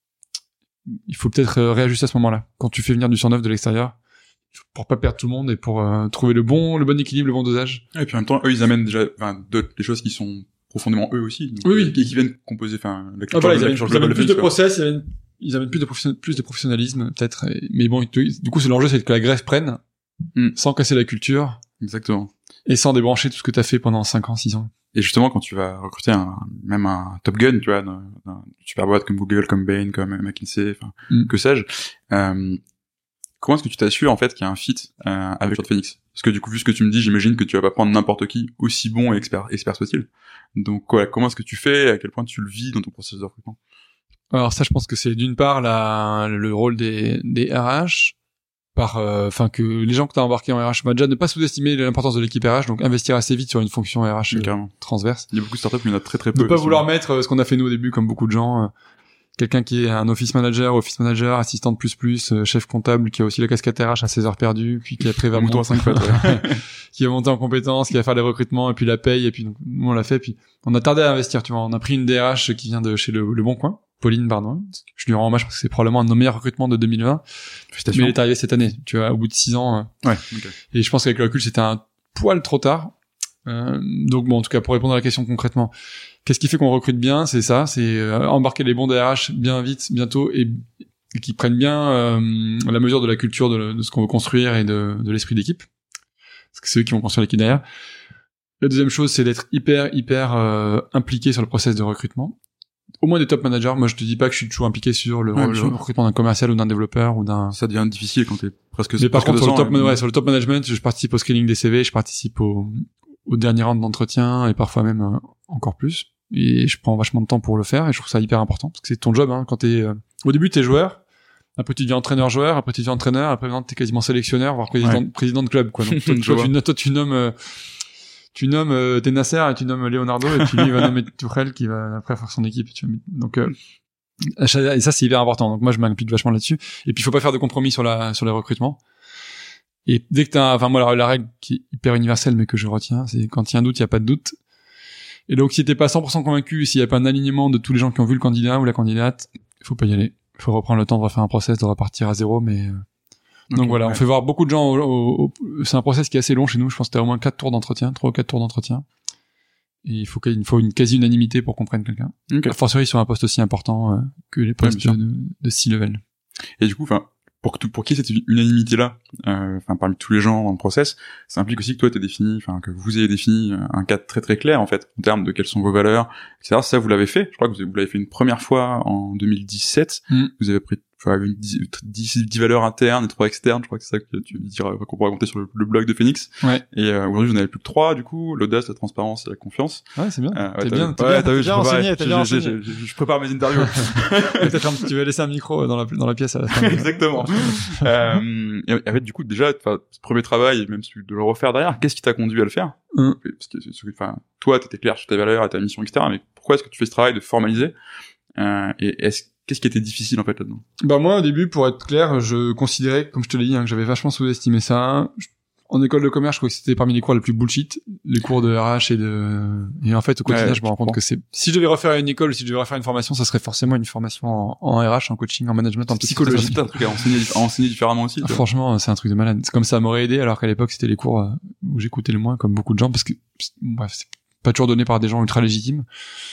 il faut peut-être réajuster à ce moment-là. Quand tu fais venir du cent neuf de l'extérieur, pour pas perdre tout le monde et pour euh, trouver le bon le bon équilibre, le bon dosage. Et puis en même temps, eux ils amènent déjà enfin d'autres des choses qui sont profondément eux aussi. Donc, oui, oui. Et qui viennent composer enfin la culture, ah, voilà, ils amènent, ils amènent plus de process, ils amènent, ils amènent plus de profession, plus de professionnalisme peut-être, et, mais bon, du coup c'est l'enjeu, c'est que la greffe prenne mm. sans casser la culture. Exactement. Et sans débrancher tout ce que t'as fait pendant cinq ans, six ans. Et justement, quand tu vas recruter un, même un Top Gun, tu vois, dans, dans une super boîte comme Google, comme Bain, comme McKinsey, enfin, mm. que sais-je, euh, comment est-ce que tu t'assures, en fait, qu'il y a un fit, euh, avec Short Phoenix? Parce que du coup, vu ce que tu me dis, j'imagine que tu vas pas prendre n'importe qui, aussi bon et expert, expert soit-il. Donc, voilà, comment est-ce que tu fais, à quel point tu le vis dans ton processus de recrutement? Alors ça, je pense que c'est d'une part la, le rôle des, des R H, par enfin euh, que les gens que tu as embarqués en R H, bah déjà ne pas sous-estimer l'importance de l'équipe R H, donc investir assez vite sur une fonction R H euh, transverse. Il y a beaucoup de startups, mais il y en a très très peu. Ne pas vouloir mettre euh, ce qu'on a fait nous au début, comme beaucoup de gens, euh, quelqu'un qui est un office manager, office manager, assistant de plus plus, euh, chef comptable, qui a aussi la casquette R H à ses heures perdues, puis qui après va monter à cinq pattes, ouais. qui va monter en compétences, qui va faire les recrutements et puis la paye, et puis donc, nous on l'a fait, puis on a tardé à investir, tu vois, on a pris une D R H qui vient de chez le, le Bon Coin. Pauline Bardon, je lui rends hommage parce que c'est probablement un de nos meilleurs recrutements de deux mille vingt. Mais il est arrivé cette année, tu vois, au bout de six ans. Euh, ouais. Okay. Et je pense qu'avec le recul, c'était un poil trop tard. Euh, donc bon, en tout cas, pour répondre à la question concrètement, qu'est-ce qui fait qu'on recrute bien? C'est ça, c'est euh, embarquer les bons D R H bien vite, bientôt, et, et qui prennent bien euh, la mesure de la culture de, de ce qu'on veut construire et de, de l'esprit d'équipe. Parce que c'est eux qui vont construire l'équipe derrière. La deuxième chose, c'est d'être hyper, hyper euh, impliqué sur le process de recrutement. Au moins des top managers. Moi, je te dis pas que je suis toujours impliqué sur le, ouais, le recrutement d'un commercial ou d'un développeur ou d'un... Ça devient difficile quand t'es presque... Mais par contre, sur le, top, ouais, ouais, sur le top management, je participe au screening des C V, je participe au, au dernier round d'entretien et parfois même euh, encore plus. Et je prends vachement de temps pour le faire et je trouve ça hyper important parce que c'est ton job, hein. Quand t'es, euh... au début, t'es joueur. Après, tu deviens entraîneur-joueur. Après, tu deviens entraîneur. Après, maintenant, t'es quasiment sélectionneur, voire président, ouais. président de club, quoi. Donc, toi, toi, tu, toi, tu nommes, euh... tu nommes euh, tes Nasser et tu nommes Leonardo et puis lui il va nommer Tourelle qui va après faire son équipe, tu vois. Donc euh, et ça c'est hyper important, donc moi je m'implique vachement là-dessus. Et puis il faut pas faire de compromis sur la sur les recrutements. Et dès que t'as, enfin moi la, la règle qui est hyper universelle mais que je retiens, c'est quand il y a un doute il y a pas de doute. Et donc si t'es pas cent pour cent convaincu, s'il y a pas un alignement de tous les gens qui ont vu le candidat ou la candidate, il faut pas y aller. Il faut reprendre le temps de refaire un process, de repartir à zéro, mais Donc okay, voilà, ouais. on fait voir beaucoup de gens. Au, au, au, c'est un process qui est assez long chez nous. Je pense que t'as au moins quatre tours d'entretien, trois ou quatre tours d'entretien. Et il faut qu'il faut une quasi-unanimité pour qu'on prenne quelqu'un. Okay. A fortiori sur un poste aussi important euh, que les postes ouais, de, de C-level. Et du coup, enfin, pour que pour qu'il y ait cette unanimité-là, enfin euh, parmi tous les gens dans le process, ça implique aussi que toi t'es défini, enfin que vous ayez défini un cadre très très clair en fait en termes de quelles sont vos valeurs, et cetera. Ça vous l'avez fait. Je crois que vous, vous l'avez fait une première fois en deux mille dix-sept. Mm. Vous avez pris enfin, une dix, dix, dix valeurs internes et trois externes. Je crois que c'est ça que tu diras qu'on pourra raconter sur le, le blog de Phoenix. Ouais. Et euh, aujourd'hui vous n'avez plus que trois du coup, l'audace, la transparence et la confiance. Ouais, c'est bien. Euh, ouais, t'es t'as bien, vu, t'es ouais, bien, t'as vu, bien enseigné, t'as bien enseigné. Je, je, je, je prépare mes interviews. Peut-être un, tu vas laisser un micro dans la dans la pièce à la fin. Exactement. euh, et en fait, du coup, déjà, ce premier travail, et même celui de le refaire derrière, qu'est-ce qui t'a conduit à le faire? Mm. Parce que, enfin, toi, t'étais clair sur tes valeurs, ta mission, et cetera. Mais pourquoi est-ce que tu fais ce travail de formaliser? Euh, et est-ce, qu'est-ce qui était difficile, en fait, là-dedans? Bah, moi, au début, pour être clair, je considérais, comme je te l'ai dit, hein, que j'avais vachement sous-estimé ça. Je... En école de commerce, je crois que c'était parmi les cours les plus bullshit, les cours de R H et de, et en fait, au quotidien, ouais, je me rends compte que c'est, si je devais refaire une école, si je devais refaire une formation, ça serait forcément une formation en, en R H, en coaching, en management, en psychologie. C'est un truc à enseigner, à enseigner différemment aussi. Ah, franchement, c'est un truc de malade. C'est comme ça m'aurait aidé, alors qu'à l'époque, c'était les cours où j'écoutais le moins, comme beaucoup de gens, parce que, bref, c'est pas toujours donné par des gens ultra légitimes.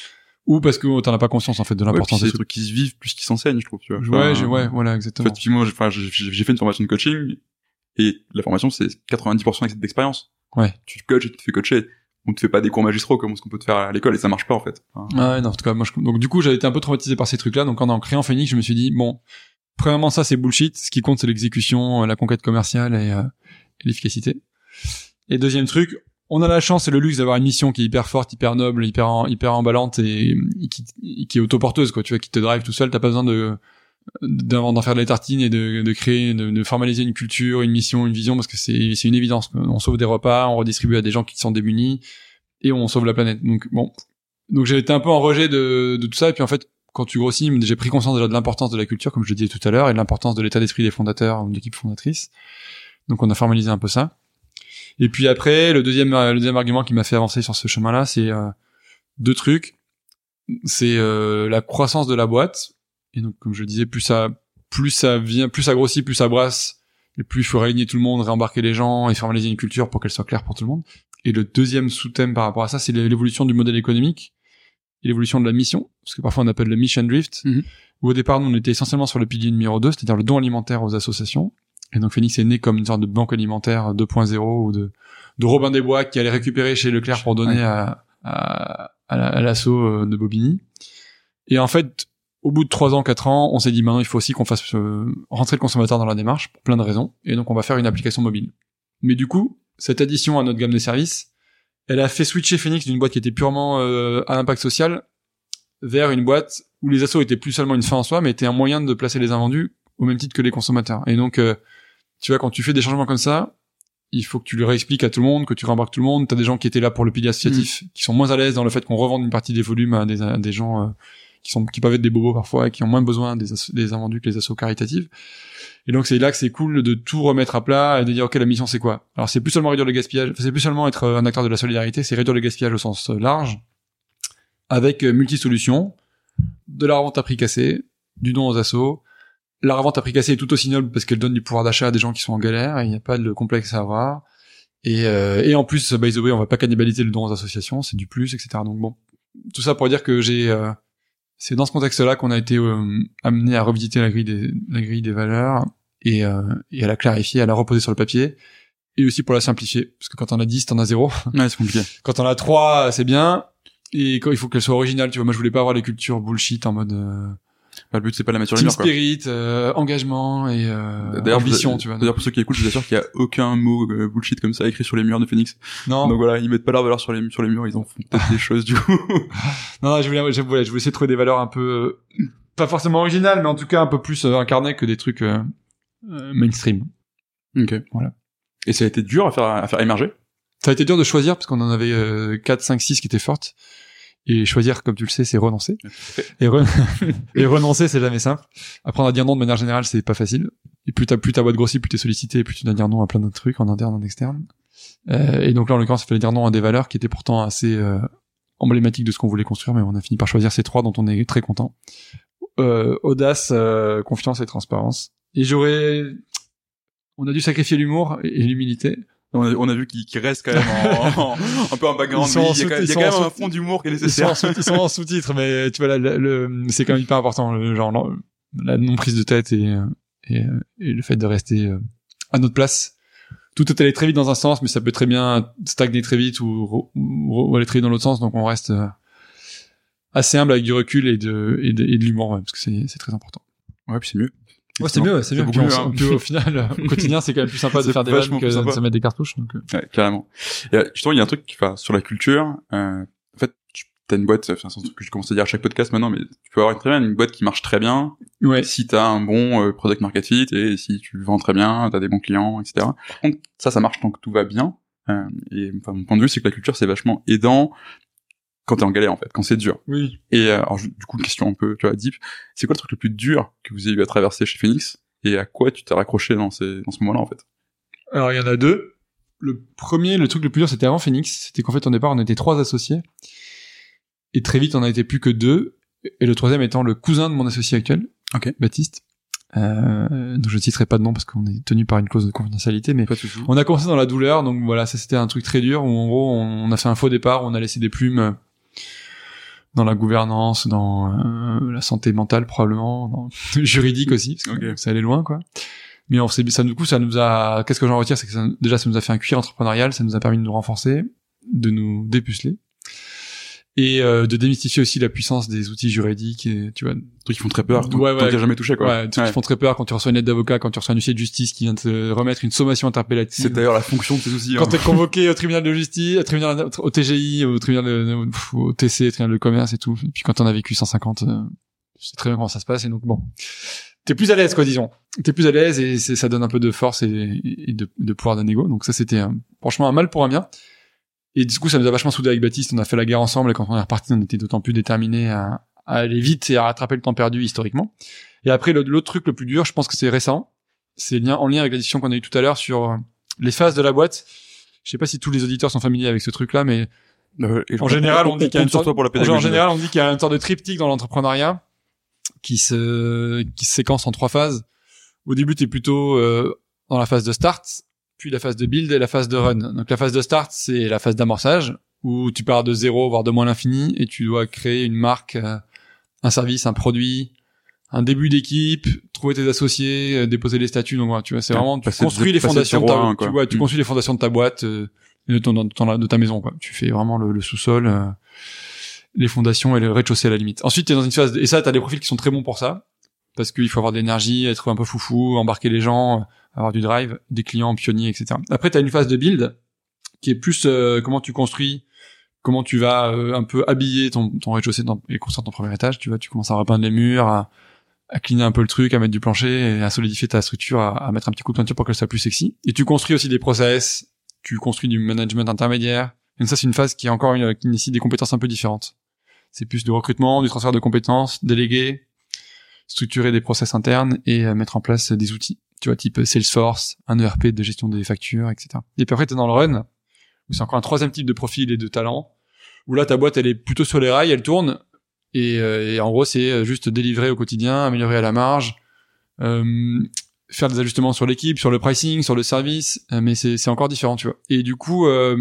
Ou parce que t'en as pas conscience, en fait, de l'importance ouais, des trucs. C'est des trucs qui se vivent plus qu'ils s'enseignent, je trouve, tu vois. Enfin, ouais, j'ai, ouais, voilà, exactement. En fait, moi, j'ai, enfin, j'ai, j'ai fait une formation de coaching, et la formation, c'est quatre-vingt-dix pour cent d'expérience. Ouais. Tu te coaches et tu te fais coacher. On te fait pas des cours magistraux comme ce qu'on peut te faire à l'école et ça marche pas, en fait. Enfin... Ah ouais, non, en tout cas, moi, je... donc, du coup, j'avais été un peu traumatisé par ces trucs-là. Donc, en, en créant Phoenix, je me suis dit, bon, premièrement, ça, c'est bullshit. Ce qui compte, c'est l'exécution, la conquête commerciale et, euh, et l'efficacité. Et deuxième truc, on a la chance et le luxe d'avoir une mission qui est hyper forte, hyper noble, hyper, hyper emballante et, et qui, qui est autoporteuse, quoi. Tu vois, qui te drive tout seul. T'as pas besoin de, d'en faire de la tartine et de, de créer, de, de formaliser une culture, une mission, une vision, parce que c'est, c'est une évidence. On sauve des repas, on redistribue à des gens qui sont démunis, et on sauve la planète. Donc bon, donc j'ai été un peu en rejet de, de tout ça, et puis en fait, quand tu grossis, j'ai pris conscience déjà de l'importance de la culture, comme je le disais tout à l'heure, et de l'importance de l'état d'esprit des fondateurs ou de l'équipe fondatrice. Donc on a formalisé un peu ça. Et puis après, le deuxième, le deuxième argument qui m'a fait avancer sur ce chemin-là, c'est euh, deux trucs. C'est euh, la croissance de la boîte. Et donc, comme je le disais, plus ça, plus ça vient, plus ça grossit, plus ça brasse, et plus il faut réunir tout le monde, réembarquer les gens et formaliser une culture pour qu'elle soit claire pour tout le monde. Et le deuxième sous-thème par rapport à ça, c'est l'évolution du modèle économique et l'évolution de la mission, parce que parfois on appelle le mission drift, mm-hmm. où au départ, nous, on était essentiellement sur le pilier numéro deux, c'est-à-dire le don alimentaire aux associations. Et donc, Phoenix est né comme une sorte de banque alimentaire deux point zéro ou de, de Robin des Bois qui allait récupérer chez Leclerc pour donner ouais. à, à, à l'assaut de Bobigny. Et en fait, au bout de trois ans, quatre ans, on s'est dit, ben, il faut aussi qu'on fasse euh, rentrer le consommateur dans la démarche, pour plein de raisons, et donc on va faire une application mobile. Mais du coup, cette addition à notre gamme de services, elle a fait switcher Phoenix d'une boîte qui était purement euh, à impact social vers une boîte où les assos étaient plus seulement une fin en soi, mais étaient un moyen de placer les invendus au même titre que les consommateurs. Et donc, euh, tu vois, quand tu fais des changements comme ça, il faut que tu le réexpliques à tout le monde, que tu rembarques tout le monde. T'as des gens qui étaient là pour le pilier associatif, mmh. qui sont moins à l'aise dans le fait qu'on revende une partie des volumes à des, à des gens... Euh, qui sont qui peuvent être des bobos parfois et qui ont moins besoin des asso- des invendus que les assos caritatives. Et donc c'est là que c'est cool de tout remettre à plat et de dire OK, la mission c'est quoi. Alors c'est plus seulement réduire le gaspillage, c'est plus seulement être un acteur de la solidarité, c'est réduire le gaspillage au sens large avec multi-solutions, de la revente à prix cassé, du don aux assos. La revente à prix cassé est tout aussi noble parce qu'elle donne du pouvoir d'achat à des gens qui sont en galère et il n'y a pas de complexe à avoir. Et euh, et en plus, by the way, on va pas cannibaliser le don aux associations, c'est du plus, et cetera. Donc bon, tout ça pour dire que j'ai euh, c'est dans ce contexte-là qu'on a été euh, amené à revisiter la grille des la grille des valeurs et euh, et à la clarifier, à la reposer sur le papier et aussi pour la simplifier parce que quand on a dix, t'en as zéro. Ouais, c'est compliqué. Quand on a trois, c'est bien et quand il faut qu'elle soit originale, tu vois, moi je voulais pas avoir les cultures bullshit en mode euh, bah, le but c'est pas la mettre sur les team murs, quoi. Spirit, euh, engagement et euh, d'ailleurs, ambition, vous, tu vois. D'ailleurs pour ceux qui écoutent, je vous assure qu'il y a aucun mot euh, bullshit comme ça écrit sur les murs de Phoenix. Non. Donc voilà, ils mettent pas leur valeur sur les sur les murs, ils en font peut-être des choses du coup. Non, non, je voulais je voulais je voulais essayer de trouver des valeurs un peu euh, pas forcément originales, mais en tout cas un peu plus euh, incarnées que des trucs euh, euh, mainstream. OK. Voilà. Et ça a été dur à faire à faire émerger. Ça a été dur de choisir parce qu'on en avait euh, quatre, cinq, six qui étaient fortes. Et choisir, comme tu le sais, c'est renoncer. Et, re... et renoncer, c'est jamais simple. Apprendre à dire non de manière générale, c'est pas facile. Et plus ta, plus ta boîte grossit, plus t'es sollicité, plus tu dois dire non à plein d'autres trucs, en interne, en externe. Euh, et donc là, en l'occurrence, il fallait dire non à des valeurs qui étaient pourtant assez euh, emblématiques de ce qu'on voulait construire, mais on a fini par choisir ces trois dont on est très content. Euh, audace, euh, confiance et transparence. Et j'aurais... on a dû sacrifier l'humour et, et l'humilité. On a, on a vu qu'il, qu'il reste quand même en, en, un peu un background, mais il y a, quand, il y a quand même un fond d'humour qui est nécessaire. Ils sont en, sous, ils sont en sous-titres, mais tu vois, là, le, le, c'est quand même hyper important, le, genre, la non-prise de tête et, et, et le fait de rester à notre place. Tout peut aller très vite dans un sens, mais ça peut très bien stagner très vite ou, ou, ou aller très vite dans l'autre sens, donc on reste assez humble avec du recul et de, et de, et de l'humour, ouais, parce que c'est, c'est très important. Ouais, puis c'est mieux. Ouais, c'est mieux, ouais, c'est, c'est mieux. Puis, mieux, on, hein. Puis au final, au quotidien, c'est quand même plus sympa de faire des vannes que de se mettre des cartouches. Donc... Ouais, carrément. Et justement, il y a un truc qui, enfin, sur la culture, euh, en fait, tu as une boîte, enfin, c'est un truc que je commence à dire à chaque podcast maintenant, mais tu peux avoir une, très bien une boîte qui marche très bien. Ouais. Si t'as un bon euh, product market fit et si tu vends très bien, t'as des bons clients, et cetera. Par contre, ça, ça marche tant que tout va bien. Euh, et enfin, mon point de vue, c'est que la culture, c'est vachement aidant quand t'es en galère, en fait, quand c'est dur. Oui. Et euh, alors, du coup, une question un peu, tu vois, deep. C'est quoi le truc le plus dur que vous ayez eu à traverser chez Phoenix? Et à quoi tu t'es raccroché dans ces, dans ce moment-là, en fait? Alors, il y en a deux. Le premier, le truc le plus dur, c'était avant Phoenix. C'était qu'en fait, au départ, on était trois associés. Et très vite, on a été plus que deux. Et le troisième étant le cousin de mon associé actuel. Ok. Baptiste. Euh, donc je ne citerai pas de nom parce qu'on est tenu par une clause de confidentialité, mais on a commencé dans la douleur. Donc voilà, ça c'était un truc très dur où en gros, on a fait un faux départ, on a laissé des plumes dans la gouvernance, dans euh, la santé mentale probablement, dans le juridique aussi, parce que okay. Ça allait loin, quoi. Mais on s'est, ça, du coup, ça nous a, qu'est-ce que j'en retire, c'est que ça, déjà, ça nous a fait un cuir entrepreneurial, ça nous a permis de nous renforcer, de nous dépuceler, et euh, de démystifier aussi la puissance des outils juridiques, et tu vois, des trucs qui font très peur, ouais, ouais, tant que t'as jamais touché, quoi. Ouais, des trucs ouais. qui font très peur quand tu reçois une lettre d'avocat, quand tu reçois un huissier de justice qui vient te remettre une sommation interpellative. C'est d'ailleurs la fonction de ces outils. Quand hein. t'es convoqué au tribunal de justice, au tribunal, au T G I, au tribunal de, au T C, au tribunal de commerce et tout. Et puis quand on a vécu cent cinquante, euh, je sais très bien comment ça se passe, et donc bon. T'es plus à l'aise, quoi, disons. T'es plus à l'aise et c'est, ça donne un peu de force et, et de, de pouvoir de négo. Donc ça, c'était euh, franchement un mal pour un bien. Et du coup, ça nous a vachement soudés avec Baptiste. On a fait la guerre ensemble et quand on est reparti, on était d'autant plus déterminés à, à aller vite et à rattraper le temps perdu historiquement. Et après, le, l'autre truc le plus dur, je pense que c'est récent. C'est lien, en lien avec la discussion qu'on a eue tout à l'heure sur euh, les phases de la boîte. Je sais pas si tous les auditeurs sont familiers avec ce truc-là, mais euh, en général, on, on dit qu'il y a une sorte, pour la pédagogie, en général, on dit qu'il y a une sorte de triptyque dans l'entrepreneuriat qui se qui se séquence en trois phases. Au début, t'es plutôt euh, dans la phase de start, puis la phase de build et la phase de run. Donc la phase de start, c'est la phase d'amorçage où tu pars de zéro voire de moins l'infini et tu dois créer une marque, euh, un service, un produit, un début d'équipe, trouver tes associés, euh, déposer les statuts. Donc voilà, tu vois, c'est vraiment tu construis les fondations de ta, un, tu vois, tu mmh. construis les fondations de ta boîte, euh, de, ton, de, ton, de ta maison, quoi. Tu fais vraiment le, le sous-sol. Euh, les fondations et le rez-de-chaussée à la limite. Ensuite, t'es dans une phase, de... et ça, t'as des profils qui sont très bons pour ça, parce qu'il faut avoir de l'énergie, être un peu foufou, embarquer les gens, avoir du drive, des clients pionniers, et cetera. Après, t'as une phase de build, qui est plus euh, comment tu construis, comment tu vas euh, un peu habiller ton, ton rez-de-chaussée dans... et construire ton premier étage, tu vois, tu commences à repeindre les murs, à, à cleaner un peu le truc, à mettre du plancher, et à solidifier ta structure, à, à mettre un petit coup de peinture pour qu'elle soit plus sexy. Et tu construis aussi des process, tu construis du management intermédiaire. Et ça, c'est une phase qui est encore une, qui nécessite des compétences un peu différentes. C'est plus du recrutement, du transfert de compétences, déléguer, structurer des process internes et euh, mettre en place des outils. Tu vois, type Salesforce, un E R P de gestion des factures, et cetera. Et puis après, t'es dans le run, où c'est encore un troisième type de profil et de talent, où là, ta boîte, elle est plutôt sur les rails, elle tourne, et, euh, et en gros, c'est juste délivrer au quotidien, améliorer à la marge, euh, faire des ajustements sur l'équipe, sur le pricing, sur le service, euh, mais c'est, c'est encore différent, tu vois. Et du coup, euh,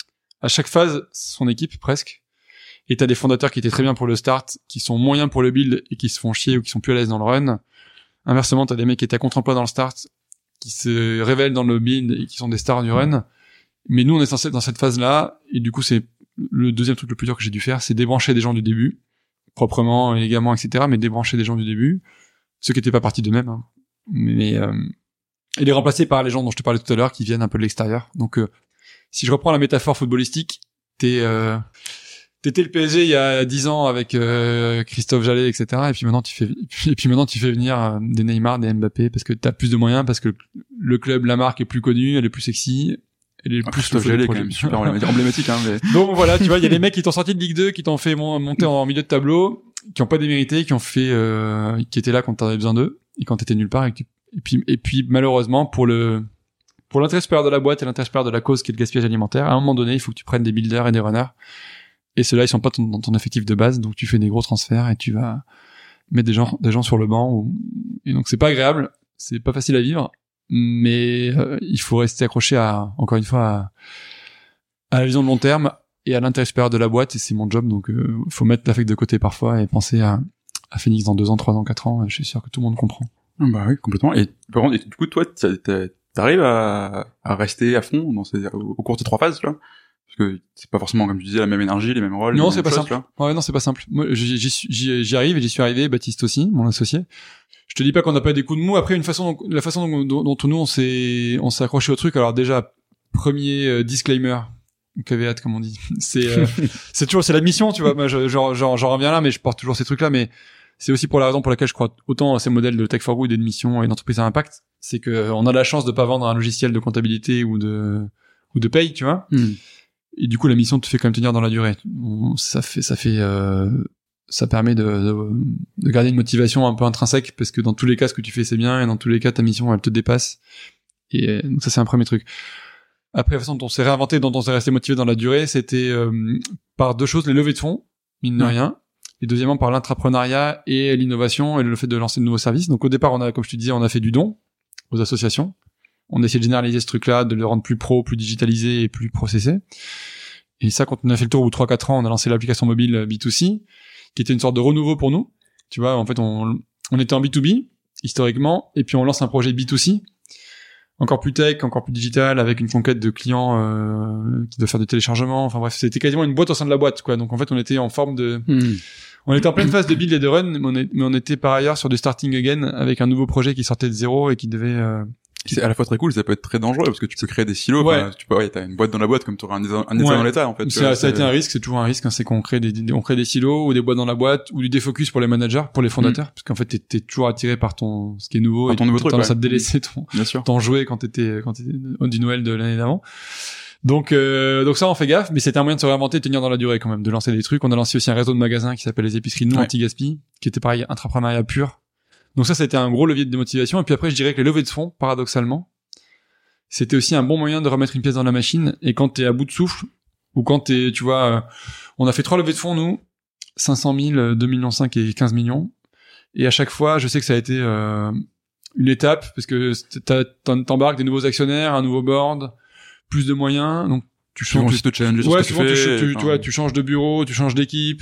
à chaque phase, son équipe, presque, et t'as des fondateurs qui étaient très bien pour le start, qui sont moyens pour le build et qui se font chier ou qui sont plus à l'aise dans le run. Inversement, t'as des mecs qui étaient à contre-emploi dans le start, qui se révèlent dans le build et qui sont des stars du run. Mais nous, on est censé être dans cette phase-là, et du coup, c'est le deuxième truc le plus dur que j'ai dû faire, c'est débrancher des gens du début, proprement, élégamment, et cetera, mais débrancher des gens du début, ceux qui étaient pas partis d'eux-mêmes, hein. Mais euh, et les remplacer par les gens dont je te parlais tout à l'heure, qui viennent un peu de l'extérieur. Donc, euh, si je reprends la métaphore footballistique, t'es euh, T'étais le P S G il y a dix ans avec euh, Christophe Jallet, et cetera. Et puis maintenant tu fais, et puis maintenant tu fais venir euh, des Neymar, des Mbappé, parce que t'as plus de moyens, parce que le club, la marque est plus connue, elle est plus sexy, elle est ah, plus Christophe Jallet, quand même super emblématique. Hein, mais... Donc voilà, tu vois, il y a des mecs qui t'ont sorti de Ligue deux, qui t'ont fait monter en milieu de tableau, qui ont pas démérité, qui ont fait, euh, qui étaient là quand t'avais besoin d'eux et quand t'étais nulle part. Et, tu... et puis, et puis malheureusement pour le, pour l'intérêt supérieur de la boîte et l'intérêt supérieur de la cause qui est le gaspillage alimentaire, à un moment donné, il faut que tu prennes des builders et des runners. Et ceux-là, ils sont pas ton, dans ton effectif de base, donc tu fais des gros transferts et tu vas mettre des gens, des gens sur le banc. Ou... Et donc c'est pas agréable, c'est pas facile à vivre, mais euh, il faut rester accroché à, encore une fois, à, à la vision de long terme et à l'intérêt supérieur de la boîte, et c'est mon job, donc il euh, faut mettre l'affect de côté parfois et penser à, à Phoenix dans deux ans, trois ans, quatre ans, je suis sûr que tout le monde comprend. Bah oui, complètement. Et, par contre, et du coup, toi, t'arrives à, à rester à fond dans ces, au cours de ces trois phases, là? Parce que c'est pas forcément, comme tu disais, la même énergie, les mêmes rôles. Non, les c'est pas choses, simple. Ouais, non, c'est pas simple. Moi, j'y, j'y, j'y, j'y arrive et j'y suis arrivé, Baptiste aussi, mon associé. Je te dis pas qu'on n'a pas des coups de mou. Après, une façon, dont, la façon dont, dont, dont nous on s'est, on s'est accroché au truc. Alors déjà, premier euh, disclaimer, caveat comme on dit. C'est, euh, c'est toujours, c'est la mission, tu vois. Moi, je, genre, genre, j'en reviens là, mais je porte toujours ces trucs-là. Mais c'est aussi pour la raison pour laquelle je crois autant à ces modèles de Tech for Good et de mission et d'entreprise à impact. C'est que on a la chance de pas vendre un logiciel de comptabilité ou de, ou de paye, tu vois. Mm. Et du coup, la mission te fait quand même tenir dans la durée. Ça fait, ça fait, euh, ça permet de, de, de garder une motivation un peu intrinsèque, parce que dans tous les cas, ce que tu fais, c'est bien, et dans tous les cas, ta mission, elle te dépasse. Et donc ça, c'est un premier truc. Après, la façon dont on s'est réinventé, dont on s'est resté motivé dans la durée, c'était euh, par deux choses: les levées de fonds, mine de rien, et deuxièmement par l'intrapreneuriat et l'innovation et le fait de lancer de nouveaux services. Donc au départ, on a, comme je te disais, on a fait du don aux associations. On a essayé de généraliser ce truc-là, de le rendre plus pro, plus digitalisé et plus processé. Et ça, quand on a fait le tour au bout de trois quatre ans, on a lancé l'application mobile B deux C, qui était une sorte de renouveau pour nous. Tu vois, en fait, on, on était en B deux B, historiquement, et puis on lance un projet B deux C, encore plus tech, encore plus digital, avec une conquête de clients euh, qui doivent faire du téléchargement. Enfin bref, c'était quasiment une boîte au sein de la boîte, quoi. Donc en fait, on était en forme de... Mmh. On était en pleine phase de build et de run, mais on, est, mais on était par ailleurs sur du starting again, avec un nouveau projet qui sortait de zéro et qui devait... Euh, C'est à la fois très cool, ça peut être très dangereux parce que tu peux créer des silos. Ouais. Enfin, tu peux, ouais, t'as une boîte dans la boîte comme tu aurais un état, un état ouais. dans l'état en fait. Ça, vois, ça a été un risque, c'est toujours un risque. Hein, c'est qu'on crée des, des, on crée des silos ou des boîtes dans la boîte ou du défocus pour les managers, pour les fondateurs, mmh. parce qu'en fait t'es, t'es toujours attiré par ton ce qui est nouveau par et ton nouveau truc. Tendance ouais. à te délaisser ton, ton jouet quand t'étais quand t'étais du Noël de l'année d'avant. Donc euh, donc ça on fait gaffe, mais c'était un moyen de se réinventer, de tenir dans la durée quand même, de lancer des trucs. On a lancé aussi un réseau de magasins qui s'appelle les épiceries de nous, ouais. anti-gaspi, qui était pareil, intrapreneuriat pur. Donc ça, ça a été un gros levier de démotivation. Et puis après, je dirais que les levées de fonds, paradoxalement, c'était aussi un bon moyen de remettre une pièce dans la machine. Et quand t'es à bout de souffle, ou quand t'es, tu vois, euh, on a fait trois levées de fonds, nous, cinq cent mille, deux millions cinq et quinze millions. Et à chaque fois, je sais que ça a été euh, une étape, parce que t'embarques des nouveaux actionnaires, un nouveau board, plus de moyens, donc tu changes de challenge. Ouais, souvent tu, tu, fais, tu, tu, enfin... tu vois, tu changes de bureau, tu changes d'équipe.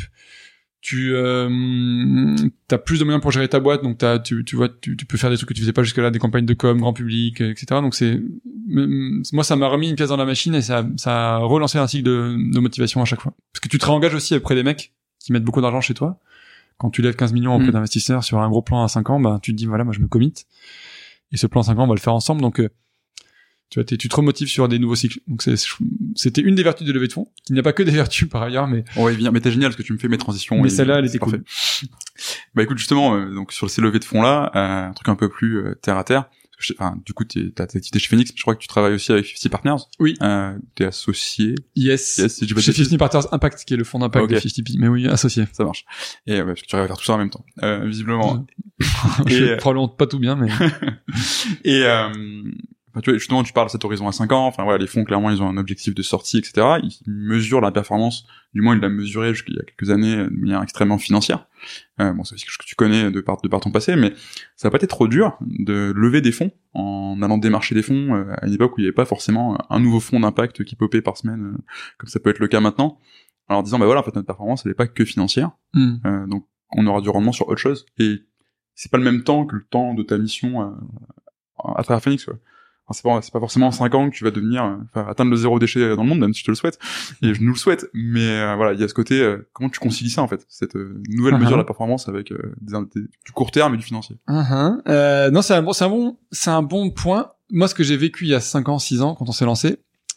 Tu euh, t'as plus de moyens pour gérer ta boîte, donc t'as tu tu vois tu, tu peux faire des trucs que tu faisais pas jusque-là, des campagnes de com grand public, et cetera. Donc c'est moi ça m'a remis une pièce dans la machine et ça ça a relancé un cycle de, de motivation à chaque fois. Parce que tu te réengages aussi auprès des mecs qui mettent beaucoup d'argent chez toi. Quand tu lèves quinze millions auprès mmh. d'investisseurs sur un gros plan à cinq ans, bah tu te dis voilà, moi je me commit et ce plan à cinq ans on va le faire ensemble. Donc euh, tu vois, tu te remotives sur des nouveaux cycles. Donc c'est, c'était une des vertus de levée de fonds. Il n'y a pas que des vertus par ailleurs, mais. On va y venir. Mais t'es génial parce que tu me fais mes transitions. Mais celle-là, elle était cool. Bah écoute, justement, euh, donc sur ces levées de fonds là, euh, un truc un peu plus euh, terre à terre. Parce que, enfin, du coup, t'es, t'as activité chez Phoenix. Je crois que tu travailles aussi avec cinquante Partners. Oui. Euh, t'es associé. Yes. Yes. Si chez cinquante Partners Impact, qui est le fonds d'impact okay. de cinquante P. Mais oui, associé. Ça marche. Et ouais, parce que tu arrives à faire tout ça en même temps, euh, visiblement. Je fais probablement pas tout bien, mais. Et euh, Enfin, tu vois, justement, tu parles de cet horizon à cinq ans. Enfin, voilà, les fonds, clairement, ils ont un objectif de sortie, et cetera. Ils mesurent la performance. Du moins, ils l'ont mesuré jusqu'il y a quelques années de manière extrêmement financière. Euh, bon, c'est aussi quelque chose que tu connais de par, de par ton passé, mais ça n'a pas été trop dur de lever des fonds en allant démarcher des fonds euh, à une époque où il n'y avait pas forcément un nouveau fonds d'impact qui popait par semaine, euh, comme ça peut être le cas maintenant. Alors, en disant, bah voilà, en fait, notre performance, elle n'est pas que financière. Mm. Euh, donc, on aura du rendement sur autre chose. Et c'est pas le même temps que le temps de ta mission euh, à travers Phoenix, quoi. C'est pas, c'est pas forcément en cinq ans que tu vas devenir, enfin, atteindre le zéro déchet dans le monde, même si je te le souhaite, et je nous le souhaite, mais euh, voilà, il y a ce côté, euh, comment tu concilies ça en fait, cette euh, nouvelle uh-huh. mesure de la performance avec euh, des, des, du court terme et du financier. Uh-huh. Euh, non, c'est un bon, c'est un bon, c'est un bon point. Moi, ce que j'ai vécu il y a cinq ans, six ans, quand on s'est lancé,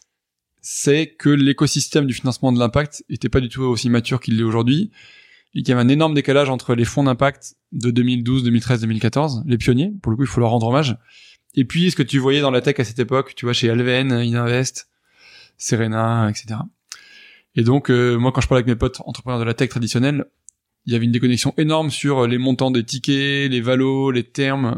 c'est que l'écosystème du financement de l'impact était pas du tout aussi mature qu'il l'est aujourd'hui, et qu'il y avait un énorme décalage entre les fonds d'impact de deux mille douze, deux mille treize, deux mille quatorze, les pionniers, pour le coup, il faut leur rendre hommage. Et puis, ce que tu voyais dans la tech à cette époque, tu vois, chez Alven, Ininvest, Serena, et cetera. Et donc, euh, moi, quand je parlais avec mes potes entrepreneurs de la tech traditionnelle, il y avait une déconnexion énorme sur les montants des tickets, les valos, les termes,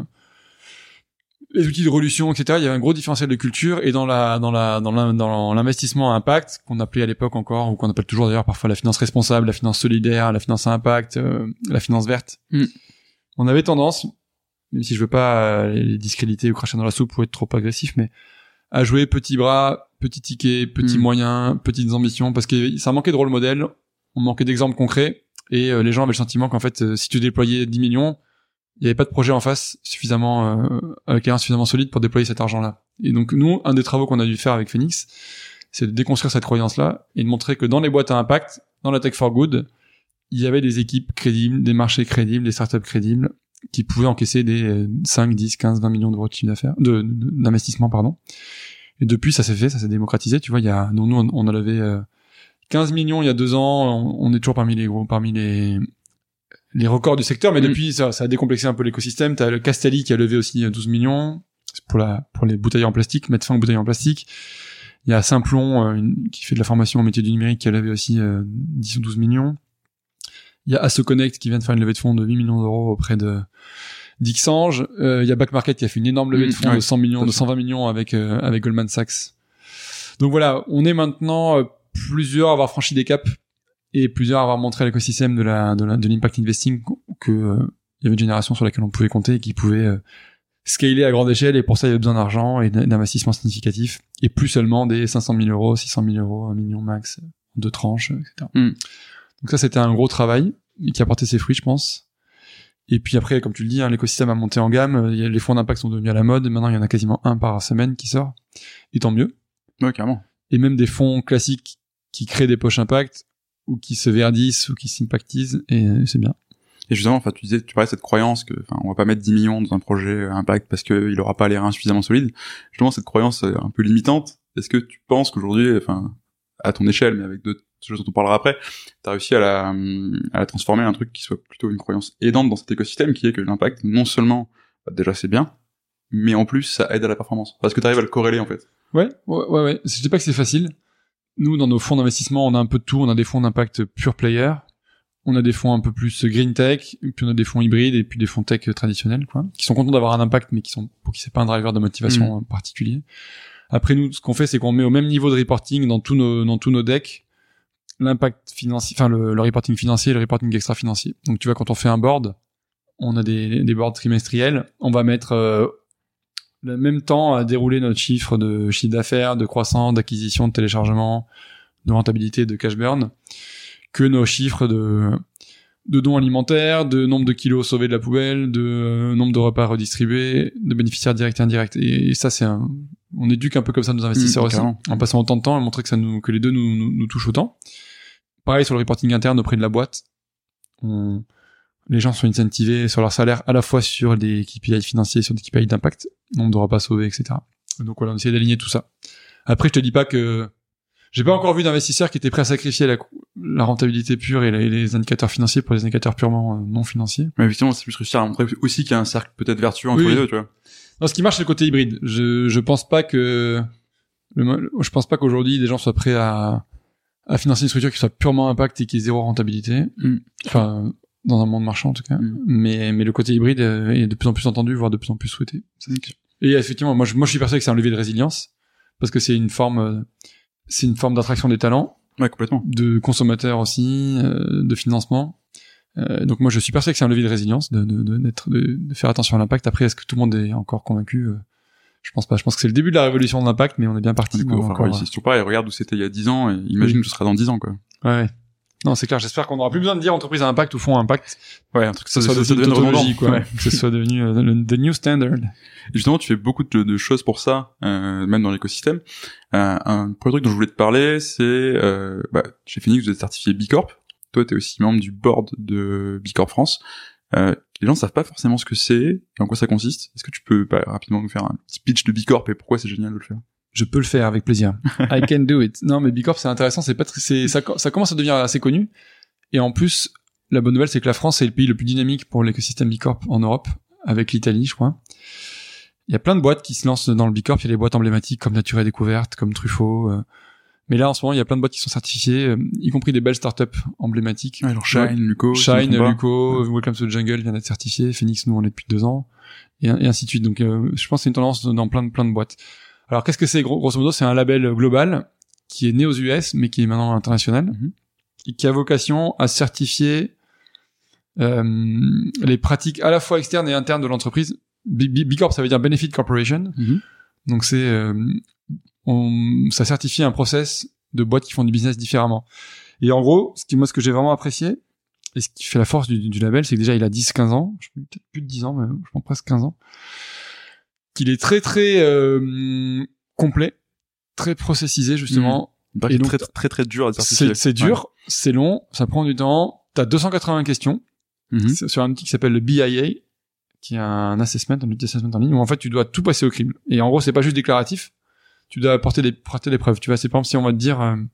les outils de résolution, et cetera. Il y avait un gros différentiel de culture, et dans la, dans la, dans la, dans l'investissement à impact, qu'on appelait à l'époque encore, ou qu'on appelle toujours d'ailleurs parfois la finance responsable, la finance solidaire, la finance à impact, euh, la finance verte, mm. on avait tendance même si je veux pas euh, les discréditer ou cracher dans la soupe ou être trop agressif, mais à jouer petit bras, petit ticket, petit mmh. moyen, petites ambitions, parce que ça manquait de rôle modèle, on manquait d'exemples concrets, et euh, les gens avaient le sentiment qu'en fait, euh, si tu déployais dix millions, il n'y avait pas de projet en face suffisamment euh, avec un suffisamment solide pour déployer cet argent-là. Et donc nous, un des travaux qu'on a dû faire avec Phoenix, c'est de déconstruire cette croyance-là et de montrer que dans les boîtes à impact, dans la tech for good, il y avait des équipes crédibles, des marchés crédibles, des startups crédibles qui pouvaient encaisser des cinq, dix, quinze, vingt millions d'euros de chiffre d'affaires, de, de, d'investissement, pardon. Et depuis, ça s'est fait, ça s'est démocratisé. Tu vois, il y a, nous, nous on a levé euh, quinze millions il y a deux ans. On, on est toujours parmi les gros, parmi les les records du secteur, mais mmh. depuis, ça, ça a décomplexé un peu l'écosystème. T'as le Castelli qui a levé aussi douze millions pour la pour les bouteilles en plastique, mettre fin aux bouteilles en plastique. Il y a Simplon euh, une, qui fait de la formation au métier du numérique qui a levé aussi euh, dix ou douze millions. Il y a AssoConnect qui vient de faire une levée de fonds de huit millions d'euros auprès de d'Xange. Euh, il y a Backmarket qui a fait une énorme levée mmh, de fonds ouais, de cent millions, de cent vingt millions avec euh, avec Goldman Sachs. Donc voilà, on est maintenant euh, plusieurs à avoir franchi des caps et plusieurs à avoir montré à l'écosystème de la de, la, de l'impact investing que euh, il y avait une génération sur laquelle on pouvait compter et qui pouvait euh, scaler à grande échelle, et pour ça il y avait besoin d'argent et d'investissement significatif et plus seulement des cinq cent mille euros, six cent mille euros, un million max, deux tranches, et cetera. Mm. Donc ça, c'était un gros travail qui a porté ses fruits, je pense. Et puis après, comme tu le dis, hein, l'écosystème a monté en gamme. Il y a, les fonds d'impact sont devenus à la mode. Maintenant, il y en a quasiment un par semaine qui sort. Et tant mieux. Ouais, carrément. Et même des fonds classiques qui créent des poches impact ou qui se verdissent ou qui s'impactisent. Et c'est bien. Et justement, enfin, tu disais, tu parlais de cette croyance que, enfin, on va pas mettre dix millions dans un projet impact parce qu'il aura pas les reins suffisamment solides. Justement, cette croyance un peu limitante. Est-ce que tu penses qu'aujourd'hui, enfin, à ton échelle, mais avec d'autres choses dont on parlera après, t'as réussi à la, à la transformer en un truc qui soit plutôt une croyance aidante dans cet écosystème, qui est que l'impact, non seulement, bah, déjà c'est bien, mais en plus, ça aide à la performance. Parce que t'arrives à le corréler, en fait. Ouais, ouais, ouais, ouais. Je dis pas que c'est facile. Nous, dans nos fonds d'investissement, on a un peu de tout. On a des fonds d'impact pure player. On a des fonds un peu plus green tech, et puis on a des fonds hybrides, et puis des fonds tech traditionnels, quoi, qui sont contents d'avoir un impact, mais qui sont, pour qui c'est pas un driver de motivation mmh. particulier. Après, nous, ce qu'on fait, c'est qu'on met au même niveau de reporting dans tous nos, dans tous nos decks, l'impact financier, enfin, le, le reporting financier et le reporting extra-financier. Donc, tu vois, quand on fait un board, on a des, des boards trimestriels, on va mettre, euh, le même temps à dérouler notre chiffre de chiffre d'affaires, de croissance, d'acquisition, de téléchargement, de rentabilité, de cash burn, que nos chiffres de, de dons alimentaires, de nombre de kilos sauvés de la poubelle, de euh, nombre de repas redistribués, de bénéficiaires directs et indirects. Et, et ça, c'est un, on éduque un peu comme ça nos investisseurs mmh, aussi, carrément. En passant autant de temps à montrer que ça nous, que les deux nous, nous, nous touchent autant. Pareil sur le reporting interne auprès de la boîte. On, les gens sont incentivés sur leur salaire à la fois sur des K P I financiers, sur des K P I d'impact, nombre de repas sauvés, et cetera. Donc voilà, on essaie d'aligner tout ça. Après, je te dis pas que j'ai pas encore vu d'investisseurs qui étaient prêts à sacrifier la, la rentabilité pure et, la, et les indicateurs financiers pour les indicateurs purement euh, non financiers. Mais effectivement, c'est plus réussir à montrer aussi qu'il y a un cercle peut-être vertueux entre oui. les deux, tu vois. Non, ce qui marche, c'est le côté hybride. Je, je pense pas que, le, je pense pas qu'aujourd'hui des gens soient prêts à, à financer une structure qui soit purement impact et qui ait zéro rentabilité. Mm. Enfin, dans un monde marchand en tout cas. Mm. Mais, mais le côté hybride est de plus en plus entendu, voire de plus en plus souhaité. C'est mm. Et effectivement, moi, je, moi, je suis persuadé que c'est un levier de résilience parce que c'est une forme, c'est une forme d'attraction des talents. Ouais, complètement. De consommateurs aussi, euh, de financement. Euh, donc moi je suis persuadé que c'est un levier de résilience de, de, de, d'être, de, de faire attention à l'impact. Après, est-ce que tout le monde est encore convaincu? euh, Je pense pas. Je pense que c'est le début de la révolution de l'impact, mais on est bien parti. Enfin, encore, c'est toujours pareil. Regarde où c'était il y a dix ans et imagine oui. que ce sera dans dix ans, quoi. Ouais. Non, c'est clair. J'espère qu'on n'aura plus besoin de dire entreprise à impact ou fonds à impact. Ouais, un truc que ça, ça soit devenu une tautologie, quoi. Ouais. Que ce soit devenu euh, le the new standard. Et justement, tu fais beaucoup de, de choses pour ça, euh, même dans l'écosystème. Euh, un premier truc dont je voulais te parler, c'est euh, bah, chez Phoenix, vous êtes certifié B Corp. Toi, t'es aussi membre du board de B Corp France. Euh, les gens savent pas forcément ce que c'est et en quoi ça consiste. Est-ce que tu peux bah, rapidement nous faire un petit pitch de B Corp et pourquoi c'est génial de le faire? Je peux le faire avec plaisir. I can do it. Non, mais B Corp, c'est intéressant. C'est pas, tr- c'est, ça, ça commence à devenir assez connu. Et en plus, la bonne nouvelle, c'est que la France est le pays le plus dynamique pour l'écosystème B Corp en Europe, avec l'Italie, je crois. Il y a plein de boîtes qui se lancent dans le B Corp. Il y a des boîtes emblématiques comme Nature et Découverte, comme Truffaut. Euh, mais là, en ce moment, il y a plein de boîtes qui sont certifiées, euh, y compris des belles startups emblématiques. Ouais, alors Shine, ouais. Luco. Shine, Luco, ouais. Welcome to the Jungle vient d'être certifié. Phoenix, nous, on est depuis deux ans. Et, et ainsi de suite. Donc, euh, je pense que c'est une tendance dans plein de, plein de boîtes. Alors, qu'est-ce que c'est, gros, grosso modo? C'est un label global qui est né aux U S, mais qui est maintenant international, mm-hmm. et qui a vocation à certifier euh, les pratiques à la fois externes et internes de l'entreprise. B, B, B Corp, ça veut dire Benefit Corporation. Mm-hmm. Donc c'est, euh, on, ça certifie un process de boîtes qui font du business différemment. Et en gros, ce qui, moi, ce que j'ai vraiment apprécié, et ce qui fait la force du, du label, c'est que déjà, il a dix quinze ans, je peut-être plus de dix ans, mais je pense presque quinze ans, qu'il est très, très, euh, complet, très processisé, justement. Mmh. Et donc, très, très, très dur à certifier. C'est, c'est dur, ouais. C'est long, ça prend du temps. T'as deux cent quatre-vingts questions, mmh. sur un outil qui s'appelle le B I A, qui est un assessment, un outil d'assessment en ligne, où en fait, tu dois tout passer au crible. Et en gros, c'est pas juste déclaratif. Tu dois apporter des, apporter des preuves. Tu vois, c'est par exemple, si on va te dire, euh,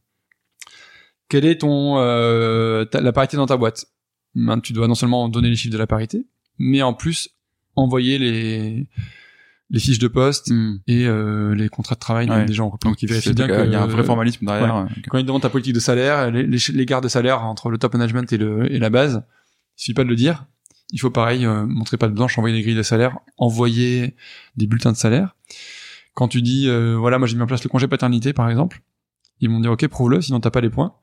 quelle est ton, euh, ta, la parité dans ta boîte? Ben, tu dois non seulement donner les chiffres de la parité, mais en plus, envoyer les, les fiches de poste mmh. et euh, les contrats de travail ouais. des gens. Donc, ils vérifient bien qu'il y a un vrai formalisme derrière. Ouais. Okay. Quand ils demandent ta politique de salaire, les, les, les gardes de salaire entre le top management et, le, et la base, il suffit pas de le dire. Il faut pareil, euh, montrer pas de blanche, envoyer des grilles de salaire, envoyer des bulletins de salaire. Quand tu dis, euh, voilà, moi j'ai mis en place le congé paternité, par exemple, ils vont dire, ok, prouve-le, sinon t'as pas les points.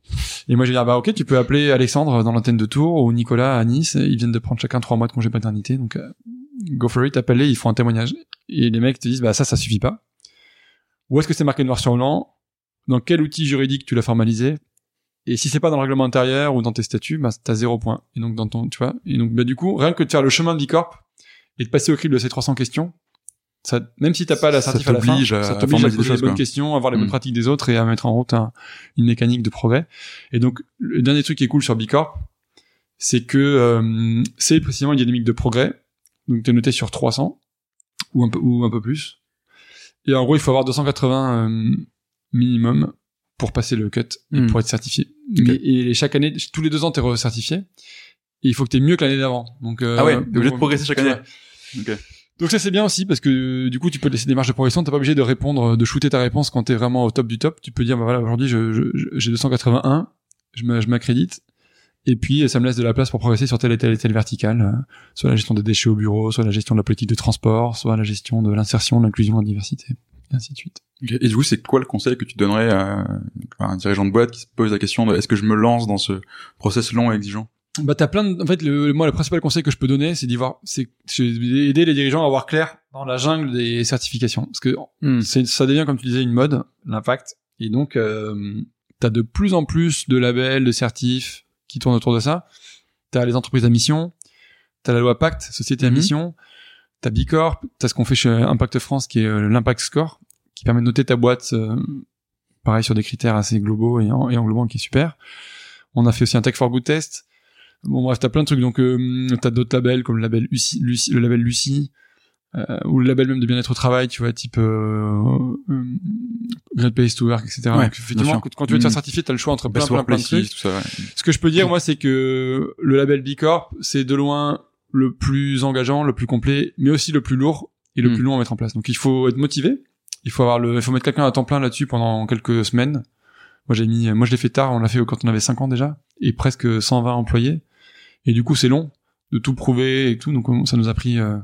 Et moi je vais dire, bah ok, tu peux appeler Alexandre dans l'antenne de Tours ou Nicolas à Nice, ils viennent de prendre chacun trois mois de congé paternité, donc euh, go for it, appelle-les, ils font un témoignage. Et les mecs te disent, bah ça, ça suffit pas. Où est-ce que c'est marqué noir sur blanc? Dans quel outil juridique tu l'as formalisé? Et si c'est pas dans le règlement intérieur ou dans tes statuts, bah t'as zéro point. Et donc dans ton, tu vois, et donc bah du coup, rien que de faire le chemin de B-Corp et de passer au crible de ces trois cents questions, ça, même si t'as pas la certif à la fin, à ça t'oblige à poser choses, les bonnes quoi. questions, à voir les mmh. bonnes pratiques des autres et à mettre en route un, une mécanique de progrès. Et donc, le dernier truc qui est cool sur B-Corp, c'est que euh, c'est précisément une dynamique de progrès. Donc, t'es noté sur trois cents ou un peu ou un peu plus. Et en gros, il faut avoir deux cent quatre-vingts euh, minimum pour passer le cut et mmh. pour être certifié. Okay. Et, et chaque année, tous les deux ans, t'es recertifié. Et il faut que t'aies mieux que l'année d'avant. Donc, euh, ah ouais, t'es obligé de progresser chaque année. Okay. Donc ça c'est bien aussi parce que du coup tu peux te laisser des marges de progression, t'es pas obligé de répondre, de shooter ta réponse quand t'es vraiment au top du top. Tu peux dire bah voilà aujourd'hui je, je, j'ai deux cent quatre-vingt-un, je, me, je m'accrédite et puis ça me laisse de la place pour progresser sur telle et telle et telle verticale, euh, soit la gestion des déchets au bureau, soit la gestion de la politique de transport, soit la gestion de l'insertion, de l'inclusion, de la diversité, et ainsi de suite. Okay. Et du coup c'est quoi le conseil que tu donnerais à, à un dirigeant de boîte qui se pose la question de est-ce que je me lance dans ce process long et exigeant? Bah t'as plein de... en fait le moi le principal conseil que je peux donner c'est d'y voir c'est, c'est aider les dirigeants à voir clair dans la jungle des certifications parce que mm. c'est ça devient comme tu disais une mode l'impact et donc euh, t'as de plus en plus de labels de certifs qui tournent autour de ça. T'as les entreprises à mission, t'as la loi Pacte société à mm-hmm. mission, t'as B Corp, t'as ce qu'on fait chez Impact France qui est euh, l'impact score qui permet de noter ta boîte euh, pareil sur des critères assez globaux et, en, et englobants qui est super. On a fait aussi un Tech for Good test. Bon bref, t'as plein de trucs, donc euh, t'as d'autres labels comme le label Lucie, Lucie le label Lucie, euh, ou le label même de bien-être au travail, tu vois, type euh, euh, Great Place to Work, et cetera. Ouais, donc, effectivement, quand tu veux te faire certifier, t'as le choix entre plein, plein, plein de trucs. Tout ça, ouais. Ce que je peux dire, moi, c'est que le label B Corp, c'est de loin le plus engageant, le plus complet, mais aussi le plus lourd et le mm. plus long à mettre en place. Donc il faut être motivé, il faut avoir le, il faut mettre quelqu'un à temps plein là-dessus pendant quelques semaines. Moi j'ai mis, moi je l'ai fait tard, on l'a fait quand on avait cinq ans déjà, et presque cent vingt employés. Et du coup, c'est long de tout prouver et tout. Donc, ça nous a pris euh,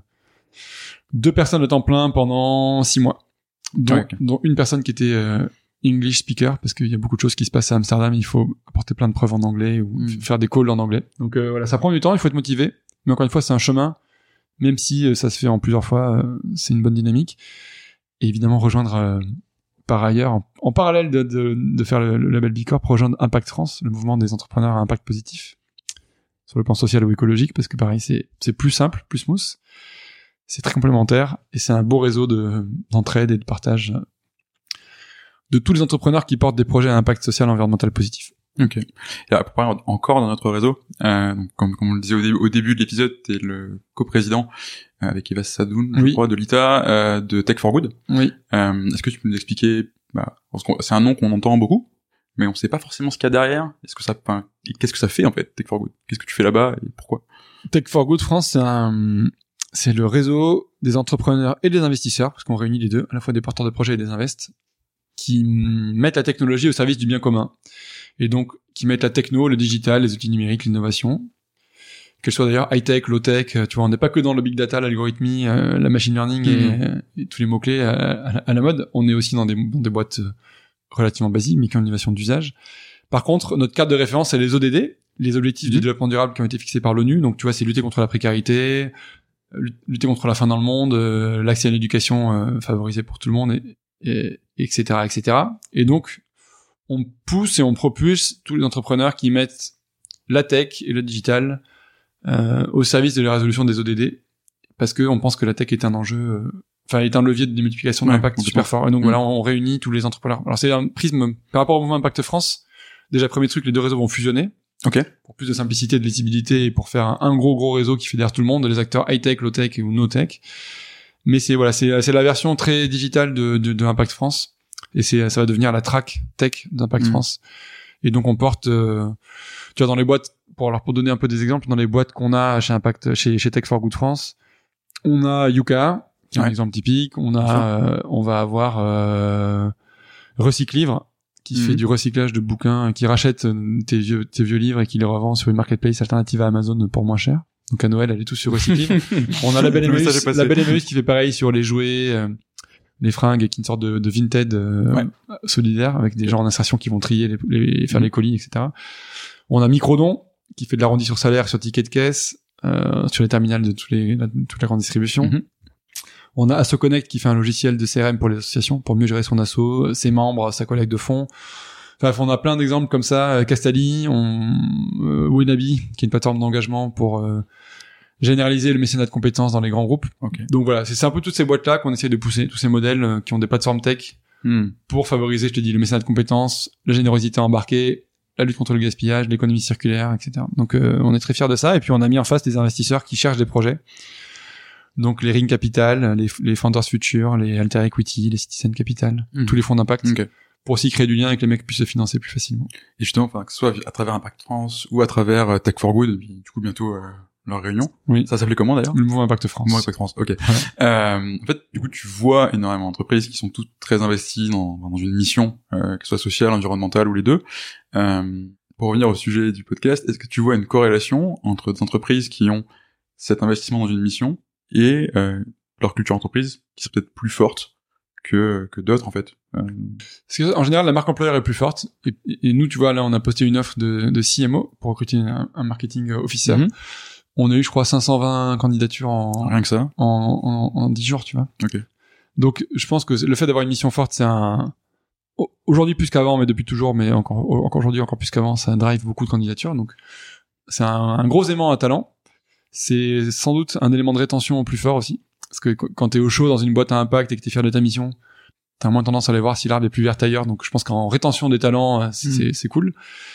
deux personnes de temps plein pendant six mois. Dont, okay. dont une personne qui était euh, English speaker, parce qu'il y a beaucoup de choses qui se passent à Amsterdam. Il faut apporter plein de preuves en anglais ou mm. faire des calls en anglais. Donc, euh, voilà, ça prend du temps. Il faut être motivé. Mais encore une fois, c'est un chemin. Même si euh, ça se fait en plusieurs fois, euh, c'est une bonne dynamique. Et évidemment, rejoindre euh, par ailleurs, en, en parallèle de, de, de faire le, le label B Corp, rejoindre Impact France, le mouvement des entrepreneurs à impact positif. Sur le plan social ou écologique, parce que pareil, c'est, c'est plus simple, plus smooth, c'est très complémentaire, et c'est un beau réseau de, d'entraide et de partage de tous les entrepreneurs qui portent des projets à impact social et environnemental positif. Ok. Et à peu près encore dans notre réseau, euh, donc comme, comme on le disait au, dé- au début de l'épisode, t'es le coprésident euh, avec Eva Sadoun, oui. je crois, de l'I T A, euh, de Tech for Good. Oui. Euh, est-ce que tu peux nous expliquer, bah, parce que c'est un nom qu'on entend beaucoup, mais on sait pas forcément ce qu'il y a derrière. Est-ce que ça, enfin, qu'est-ce que ça fait en fait, Tech for Good? Qu'est-ce que tu fais là-bas et pourquoi? Tech for Good France, c'est un, c'est le réseau des entrepreneurs et des investisseurs, parce qu'on réunit les deux, à la fois des porteurs de projets et des invests, qui mettent la technologie au service du bien commun. Et donc, qui mettent la techno, le digital, les outils numériques, l'innovation. Qu'elle soit d'ailleurs high-tech, low-tech, tu vois, on n'est pas que dans le big data, l'algorithmie, euh, la machine learning mmh. et, et tous les mots-clés à, à, à la mode. On est aussi dans des, dans des boîtes relativement basiques, mais qui ont une innovation d'usage. Par contre, notre carte de référence, c'est les O D D. les objectifs mmh. du développement durable qui ont été fixés par l'ONU. Donc, tu vois, c'est lutter contre la précarité, lutter contre la faim dans le monde, euh, l'accès à l'éducation euh, favorisé pour tout le monde, et, et, etc., et cetera. Et donc, on pousse et on propulse tous les entrepreneurs qui mettent la tech et le digital euh, au service de la résolution des O D D, parce que on pense que la tech est un enjeu, enfin euh, est un levier de démultiplication ouais, d'impact super fort. Et donc mmh. voilà, on réunit tous les entrepreneurs. Alors c'est un prisme par rapport au mouvement Impact France. Déjà premier truc, les deux réseaux vont fusionner. Ok. Pour plus de simplicité, de lisibilité et pour faire un, un gros gros réseau qui fédère tout le monde, les acteurs high tech, low tech ou no tech. Mais c'est voilà, c'est c'est la version très digitale de de, de Impact France, et c'est ça va devenir la track tech d'Impact mmh. France. Et donc on porte, euh, tu vois, dans les boîtes, pour alors pour donner un peu des exemples, dans les boîtes qu'on a chez Impact, chez chez Tech for Good France, on a Yuka, qui est ouais. un exemple typique. On a, euh, on va avoir euh, Recyclivre, qui mmh. fait du recyclage de bouquins, qui rachète tes vieux tes vieux livres et qui les revend sur une marketplace alternative à Amazon pour moins cher. Donc à Noël, elle est tous sur Recyclivre. On a la belle Emmaüs, la belle Emmaüs qui fait pareil sur les jouets, euh, les fringues, qui est une sorte de, de Vinted euh, ouais. solidaire, avec des gens en insertion qui vont trier, les, les faire mmh. les colis, et cetera. On a Microdon, qui fait de l'arrondi sur salaire, sur ticket de caisse, euh, sur les terminales de tous les, la, toute la grande distribution. Mmh. On a AssoConnect, qui fait un logiciel de C R M pour les associations, pour mieux gérer son asso, ses membres, sa collecte de fonds. Enfin, on a plein d'exemples comme ça. Castali, on, euh, Wenabi, qui est une plateforme d'engagement pour euh, généraliser le mécénat de compétences dans les grands groupes. Okay. Donc voilà, c'est, c'est un peu toutes ces boîtes-là qu'on essaie de pousser, tous ces modèles euh, qui ont des plateformes tech hmm. pour favoriser, je te dis, le mécénat de compétences, la générosité embarquée, la lutte contre le gaspillage, l'économie circulaire, et cetera. Donc euh, on est très fiers de ça. Et puis on a mis en face des investisseurs qui cherchent des projets. Donc les Ring Capital, les, les Founders Future, les Alter Equity, les Citizen Capital, mmh. tous les fonds d'impact, okay. pour aussi créer du lien et que les mecs puissent se financer plus facilement. Et justement, enfin, que ce soit à travers Impact France ou à travers euh, Tech for Good, du coup bientôt euh, leur réunion. Oui. Ça s'appelait comment d'ailleurs? Le mouvement Impact France. Le mouvement Impact France. Ok. Ouais. Euh, en fait, du coup, tu vois énormément d'entreprises qui sont toutes très investies dans, dans une mission, euh, que ce soit sociale, environnementale ou les deux. Euh, pour revenir au sujet du podcast, est-ce que tu vois une corrélation entre des entreprises qui ont cet investissement dans une mission et euh, leur culture entreprise qui serait peut-être plus forte que que d'autres en fait. Euh... Parce que en général la marque employeur est plus forte et, et nous tu vois là on a posté une offre de, de C M O pour recruter un, un marketing officer. Mm-hmm. On a eu je crois cinq cent vingt candidatures en rien que ça en en, en dix jours tu vois. Ok. Donc je pense que le fait d'avoir une mission forte c'est un aujourd'hui plus qu'avant mais depuis toujours mais encore encore aujourd'hui encore plus qu'avant ça drive beaucoup de candidatures donc c'est un, un gros aimant à talent. C'est sans doute un élément de rétention plus fort aussi. Parce que quand t'es au chaud dans une boîte à impact et que t'es fier de ta mission, t'as moins tendance à aller voir si l'arbre est plus vert ailleurs. Donc je pense qu'en rétention des talents, c'est, mmh. c'est cool.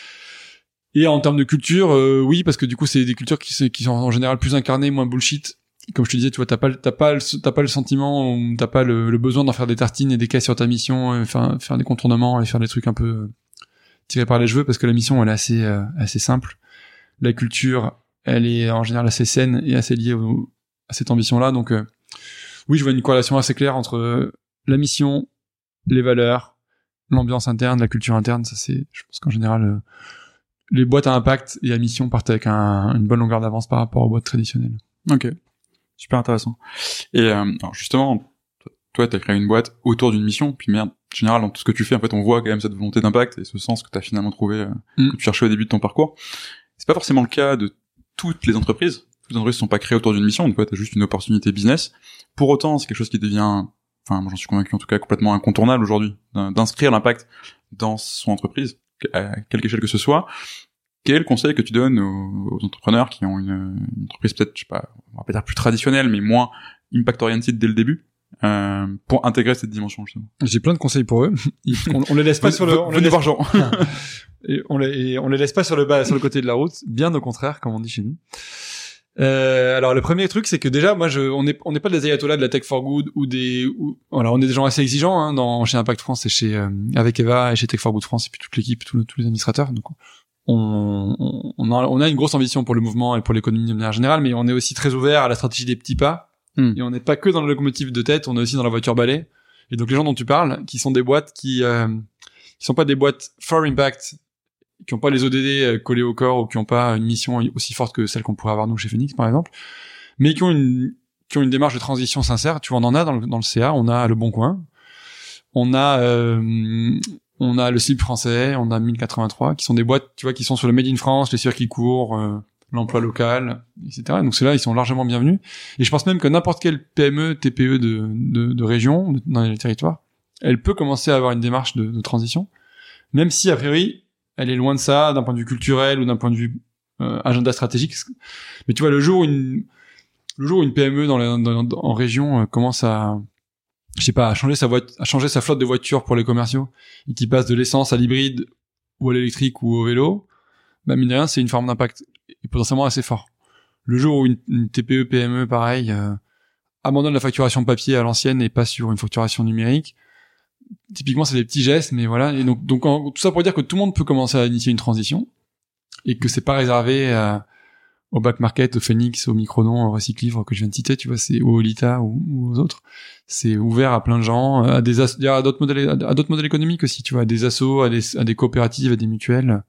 Et en termes de culture, euh, oui, parce que du coup, c'est des cultures qui, qui sont en général plus incarnées, moins bullshit. Comme je te disais, tu vois, t'as pas, t'as pas, le, t'as pas le sentiment, ou t'as pas le, le besoin d'en faire des tartines et des caisses sur ta mission, faire, faire des contournements et faire des trucs un peu euh, tirés par les cheveux, parce que la mission, elle est assez, euh, assez simple. La culture, elle est en général assez saine et assez liée au, à cette ambition-là. Donc, euh, oui, je vois une corrélation assez claire entre euh, la mission, les valeurs, l'ambiance interne, la culture interne. Ça, c'est, je pense qu'en général, euh, les boîtes à impact et à mission partent avec un, une bonne longueur d'avance par rapport aux boîtes traditionnelles. Ok, super intéressant. Et euh, alors justement, toi, t'as créé une boîte autour d'une mission. Puis merde, en général, dans tout ce que tu fais, en fait, on voit quand même cette volonté d'impact et ce sens que t'as finalement trouvé, euh, mm. que tu cherchais au début de ton parcours. C'est pas forcément le cas de toutes les entreprises. Toutes les entreprises ne sont pas créées autour d'une mission, donc ouais, t'as juste une opportunité business. Pour autant, c'est quelque chose qui devient, enfin, moi j'en suis convaincu en tout cas, complètement incontournable aujourd'hui, d'inscrire l'impact dans son entreprise, à quelque échelle que ce soit. Quel conseil que tu donnes aux, aux entrepreneurs qui ont une, une entreprise peut-être, je sais pas, on va pas dire plus traditionnelle, mais moins impact-oriented dès le début, euh, pour intégrer cette dimension justement? J'ai plein de conseils pour eux. On, on les laisse pas sur le, on les laisse, Jean. Et on les, on les laisse pas sur le bas, sur le côté de la route. Bien au contraire, comme on dit chez nous. Euh, alors le premier truc, c'est que déjà, moi, je, on n'est, on n'est pas des ayatollahs de la tech for good ou des, ou, voilà, on est des gens assez exigeants hein, dans chez Impact France et chez euh, avec Eva et chez Tech for Good France et puis toute l'équipe, tous, tous les administrateurs. Donc on, on, on a, on a une grosse ambition pour le mouvement et pour l'économie de manière générale, mais on est aussi très ouvert à la stratégie des petits pas. Mm. Et on n'est pas que dans la locomotive de tête, on est aussi dans la voiture balai. Et donc les gens dont tu parles, qui sont des boîtes qui, euh, qui sont pas des boîtes for impact, qui ont pas les O D D collés au corps ou qui ont pas une mission aussi forte que celle qu'on pourrait avoir nous chez Phoenix par exemple, mais qui ont une qui ont une démarche de transition sincère. Tu vois, on en a dans le, dans le C A, on a Le Bon Coin, on a euh, on a le slip français, on a mille quatre-vingt-trois, qui sont des boîtes, tu vois, qui sont sur le Made in France, les circuits courts, euh, l'emploi local, et cetera. Donc ceux-là, ils sont largement bienvenus. Et je pense même que n'importe quelle P M E, T P E de, de, de région, de, dans les territoires, elle peut commencer à avoir une démarche de, de transition, même si, a priori, elle est loin de ça, d'un point de vue culturel ou d'un point de vue euh, agenda stratégique. Mais tu vois, le jour où une, le jour où une P M E dans la, dans, dans, en région euh, commence à, je sais pas, à changer sa voiture, à changer sa flotte de voitures pour les commerciaux, et qui passe de l'essence à l'hybride ou à l'électrique ou au vélo, bah mine de rien, c'est une forme d'impact et potentiellement assez fort. Le jour où une, une T P E, P M E, pareil, euh, abandonne la facturation papier à l'ancienne et passe sur une facturation numérique, typiquement c'est des petits gestes, mais voilà. Et donc, donc en, tout ça pour dire que tout le monde peut commencer à initier une transition et que c'est pas réservé à, au back market, au Phoenix, au Microdon, au Recyclivre que je viens de citer, tu vois, c'est au Olita ou, ou aux autres. C'est ouvert à plein de gens, à des as- à d'autres modèles, à d'autres modèles économiques aussi, tu vois, à des assos, à des, à des coopératives, à des mutuelles.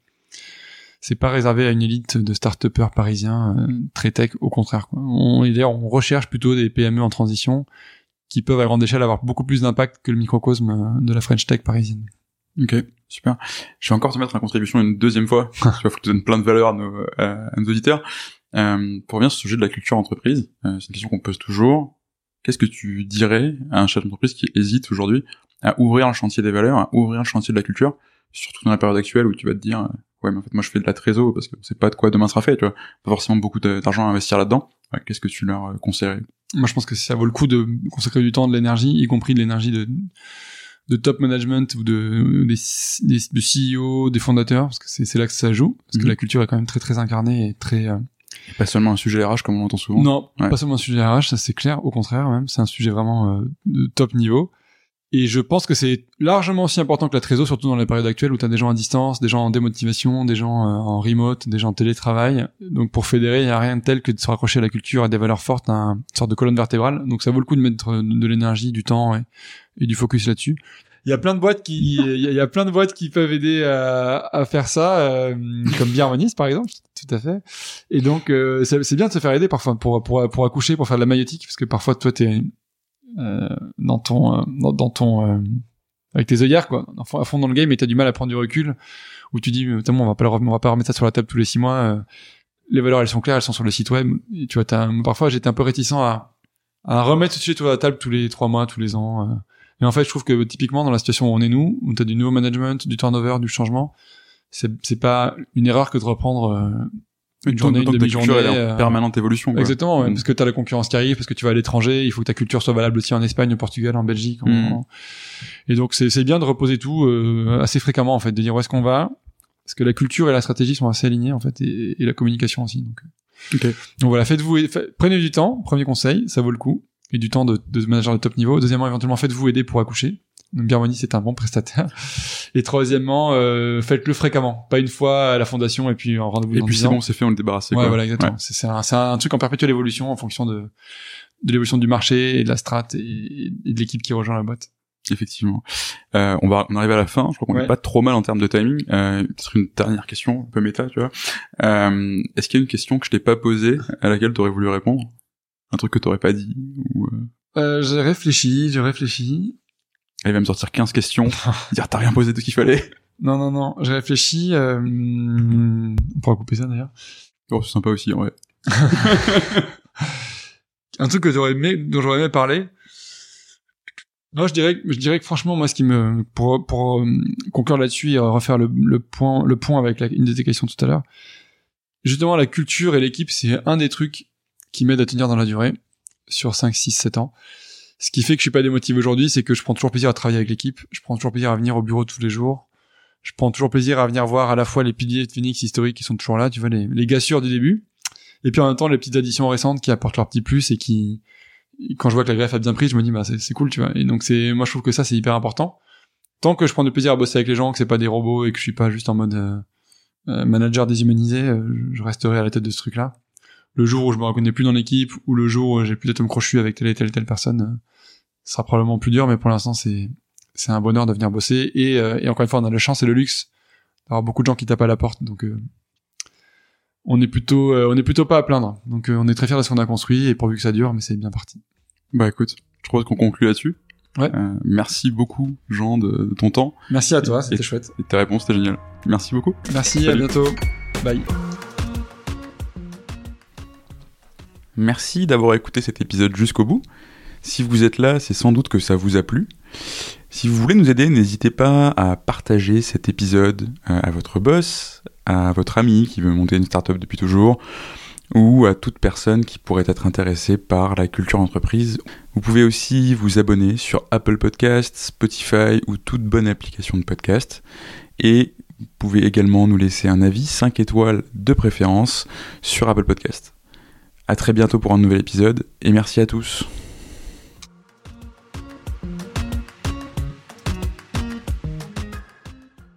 C'est pas réservé à une élite de start-upers parisiens euh, très tech, au contraire, quoi. On, d'ailleurs, on recherche plutôt des P M E en transition qui peuvent à grande échelle avoir beaucoup plus d'impact que le microcosme de la French Tech parisienne. Ok, super. Je vais encore te mettre en contribution une deuxième fois. Tu vois, faut que tu donnes plein de valeur à nos, à, à nos auditeurs. Euh, pour revenir sur ce sujet de la culture entreprise, euh, c'est une question qu'on pose toujours. Qu'est-ce que tu dirais à un chef d'entreprise qui hésite aujourd'hui à ouvrir le chantier des valeurs, à ouvrir le chantier de la culture, surtout dans la période actuelle où tu vas te dire, euh, ouais, mais en fait, moi, je fais de la trésor parce que c'est pas de quoi demain sera fait, tu vois. Pas forcément beaucoup d'argent à investir là-dedans. Ouais, qu'est-ce que tu leur conseillerais? Moi, je pense que ça vaut le coup de consacrer du temps, de l'énergie, y compris de l'énergie de, de top management ou de, des, des, de C E O, des fondateurs, parce que c'est, c'est là que ça joue, parce mmh. que la culture est quand même très, très incarnée et très, euh... et pas seulement un sujet R H comme on l'entend souvent. Non, ouais. Pas seulement un sujet R H, ça c'est clair, au contraire même, c'est un sujet vraiment euh, de top niveau. Et je pense que c'est largement aussi important que la trésor, surtout dans la période actuelle où t'as des gens à distance, des gens en démotivation, des gens euh, en remote, des gens en télétravail. Donc pour fédérer, il y a rien de tel que de se raccrocher à la culture et des valeurs fortes, à une sorte de colonne vertébrale. Donc ça vaut le coup de mettre de, de l'énergie, du temps et, et du focus là-dessus. Il y a plein de boîtes qui, il y a plein de boîtes qui peuvent aider à, à faire ça, euh, comme Biharmonis par exemple, tout à fait. Et donc euh, c'est, c'est bien de se faire aider parfois pour pour pour accoucher, pour faire de la maïotique, parce que parfois toi t'es Euh, dans ton euh, dans, dans ton euh, avec tes œillères quoi, à fond dans le game, et t'as du mal à prendre du recul, où tu dis on va pas le, on va pas remettre ça sur la table tous les six mois, euh, les valeurs elles sont claires, elles sont sur le site web, et tu vois t'as, parfois j'étais un peu réticent à à remettre tout de suite sur la table tous les trois mois, tous les ans, euh. Et en fait je trouve que typiquement dans la situation où on est nous, où t'as du nouveau management, du turnover, du changement, c'est c'est pas une erreur que de reprendre euh, une journée, une demi-journée, elle est en permanente évolution, quoi. Exactement, ouais, mmh. parce que t'as la concurrence qui arrive, parce que tu vas à l'étranger, il faut que ta culture soit valable aussi en Espagne, au Portugal, en Belgique. En... Mmh. Et donc c'est c'est bien de reposer tout euh, assez fréquemment en fait, de dire où est-ce qu'on va, parce que la culture et la stratégie sont assez alignées en fait, et, et la communication aussi. Donc, okay. donc voilà, faites-vous, fait, prenez du temps. Premier conseil, ça vaut le coup, et du temps de, de manager de top niveau. Deuxièmement, éventuellement faites-vous aider pour accoucher. Donc Biharmonis c'est un bon prestataire. Et troisièmement, euh, faites-le fréquemment, pas une fois à la fondation et puis en rendez-vous. Et puis c'est bon, c'est fait, on le débarrasse. Ouais, quoi. voilà, exactement. Ouais. C'est, c'est, un, c'est un truc en perpétuelle évolution en fonction de de l'évolution du marché et de la strat et, et de l'équipe qui rejoint la boîte. Effectivement. Euh, on va, on arrive à la fin. Je crois qu'on ouais. est pas trop mal en termes de timing. Euh, peut-être une dernière question, un peu méta, tu vois. Euh, est-ce qu'il y a une question que je t'ai pas posée à laquelle t'aurais voulu répondre, un truc que t'aurais pas dit ou euh... Euh, j'ai réfléchi, j'ai réfléchi. Il va me sortir quinze questions, dire t'as rien posé de ce qu'il fallait. Non, non, non, j'ai réfléchi, euh... on pourra couper ça d'ailleurs. Oh, c'est sympa aussi, ouais. Un truc que j'aurais aimé, dont j'aurais aimé parler. Non, je dirais, je dirais que franchement, moi, ce qui me, pour, pour euh, conclure là-dessus et refaire le, le point, le point avec la, une de tes questions tout à l'heure. Justement, la culture et l'équipe, c'est un des trucs qui m'aident à tenir dans la durée, sur cinq, six, sept ans. Ce qui fait que je suis pas démotivé aujourd'hui, c'est que je prends toujours plaisir à travailler avec l'équipe. Je prends toujours plaisir à venir au bureau tous les jours. Je prends toujours plaisir à venir voir à la fois les piliers de Phoenix historiques qui sont toujours là, tu vois, les, les gars sûrs du début. Et puis en même temps, les petites additions récentes qui apportent leur petit plus et qui, quand je vois que la greffe a bien pris, je me dis, bah, c'est, c'est cool, tu vois. Et donc c'est, moi, je trouve que ça, c'est hyper important. Tant que je prends du plaisir à bosser avec les gens, que c'est pas des robots et que je suis pas juste en mode, euh, euh, manager déshumanisé, euh, je resterai à la tête de ce truc-là. Le jour où je me reconnais plus dans l'équipe, ou le jour où j'ai plus d'atomes crochus avec telle et telle et telle personne, euh, ce sera probablement plus dur, mais pour l'instant, c'est, c'est un bonheur de venir bosser. Et, euh, et encore une fois, on a la chance et le luxe d'avoir beaucoup de gens qui tapent à la porte. Donc, euh, on est plutôt, euh, on est plutôt pas à plaindre. Donc, euh, on est très fiers de ce qu'on a construit et pourvu que ça dure, mais c'est bien parti. Bah, écoute, je propose qu'on conclue là-dessus. Ouais. Euh, merci beaucoup, Jean, de, de ton temps. Merci à toi, c'était et, chouette. Et tes réponses, c'était génial. Merci beaucoup. Merci, Salut. à bientôt. Bye. Merci d'avoir écouté cet épisode jusqu'au bout. Si vous êtes là, c'est sans doute que ça vous a plu. Si vous voulez nous aider, n'hésitez pas à partager cet épisode à votre boss, à votre ami qui veut monter une startup depuis toujours, ou à toute personne qui pourrait être intéressée par la culture entreprise. Vous pouvez aussi vous abonner sur Apple Podcasts, Spotify ou toute bonne application de podcast. Et vous pouvez également nous laisser un avis cinq étoiles de préférence sur Apple Podcasts. À très bientôt pour un nouvel épisode et merci à tous.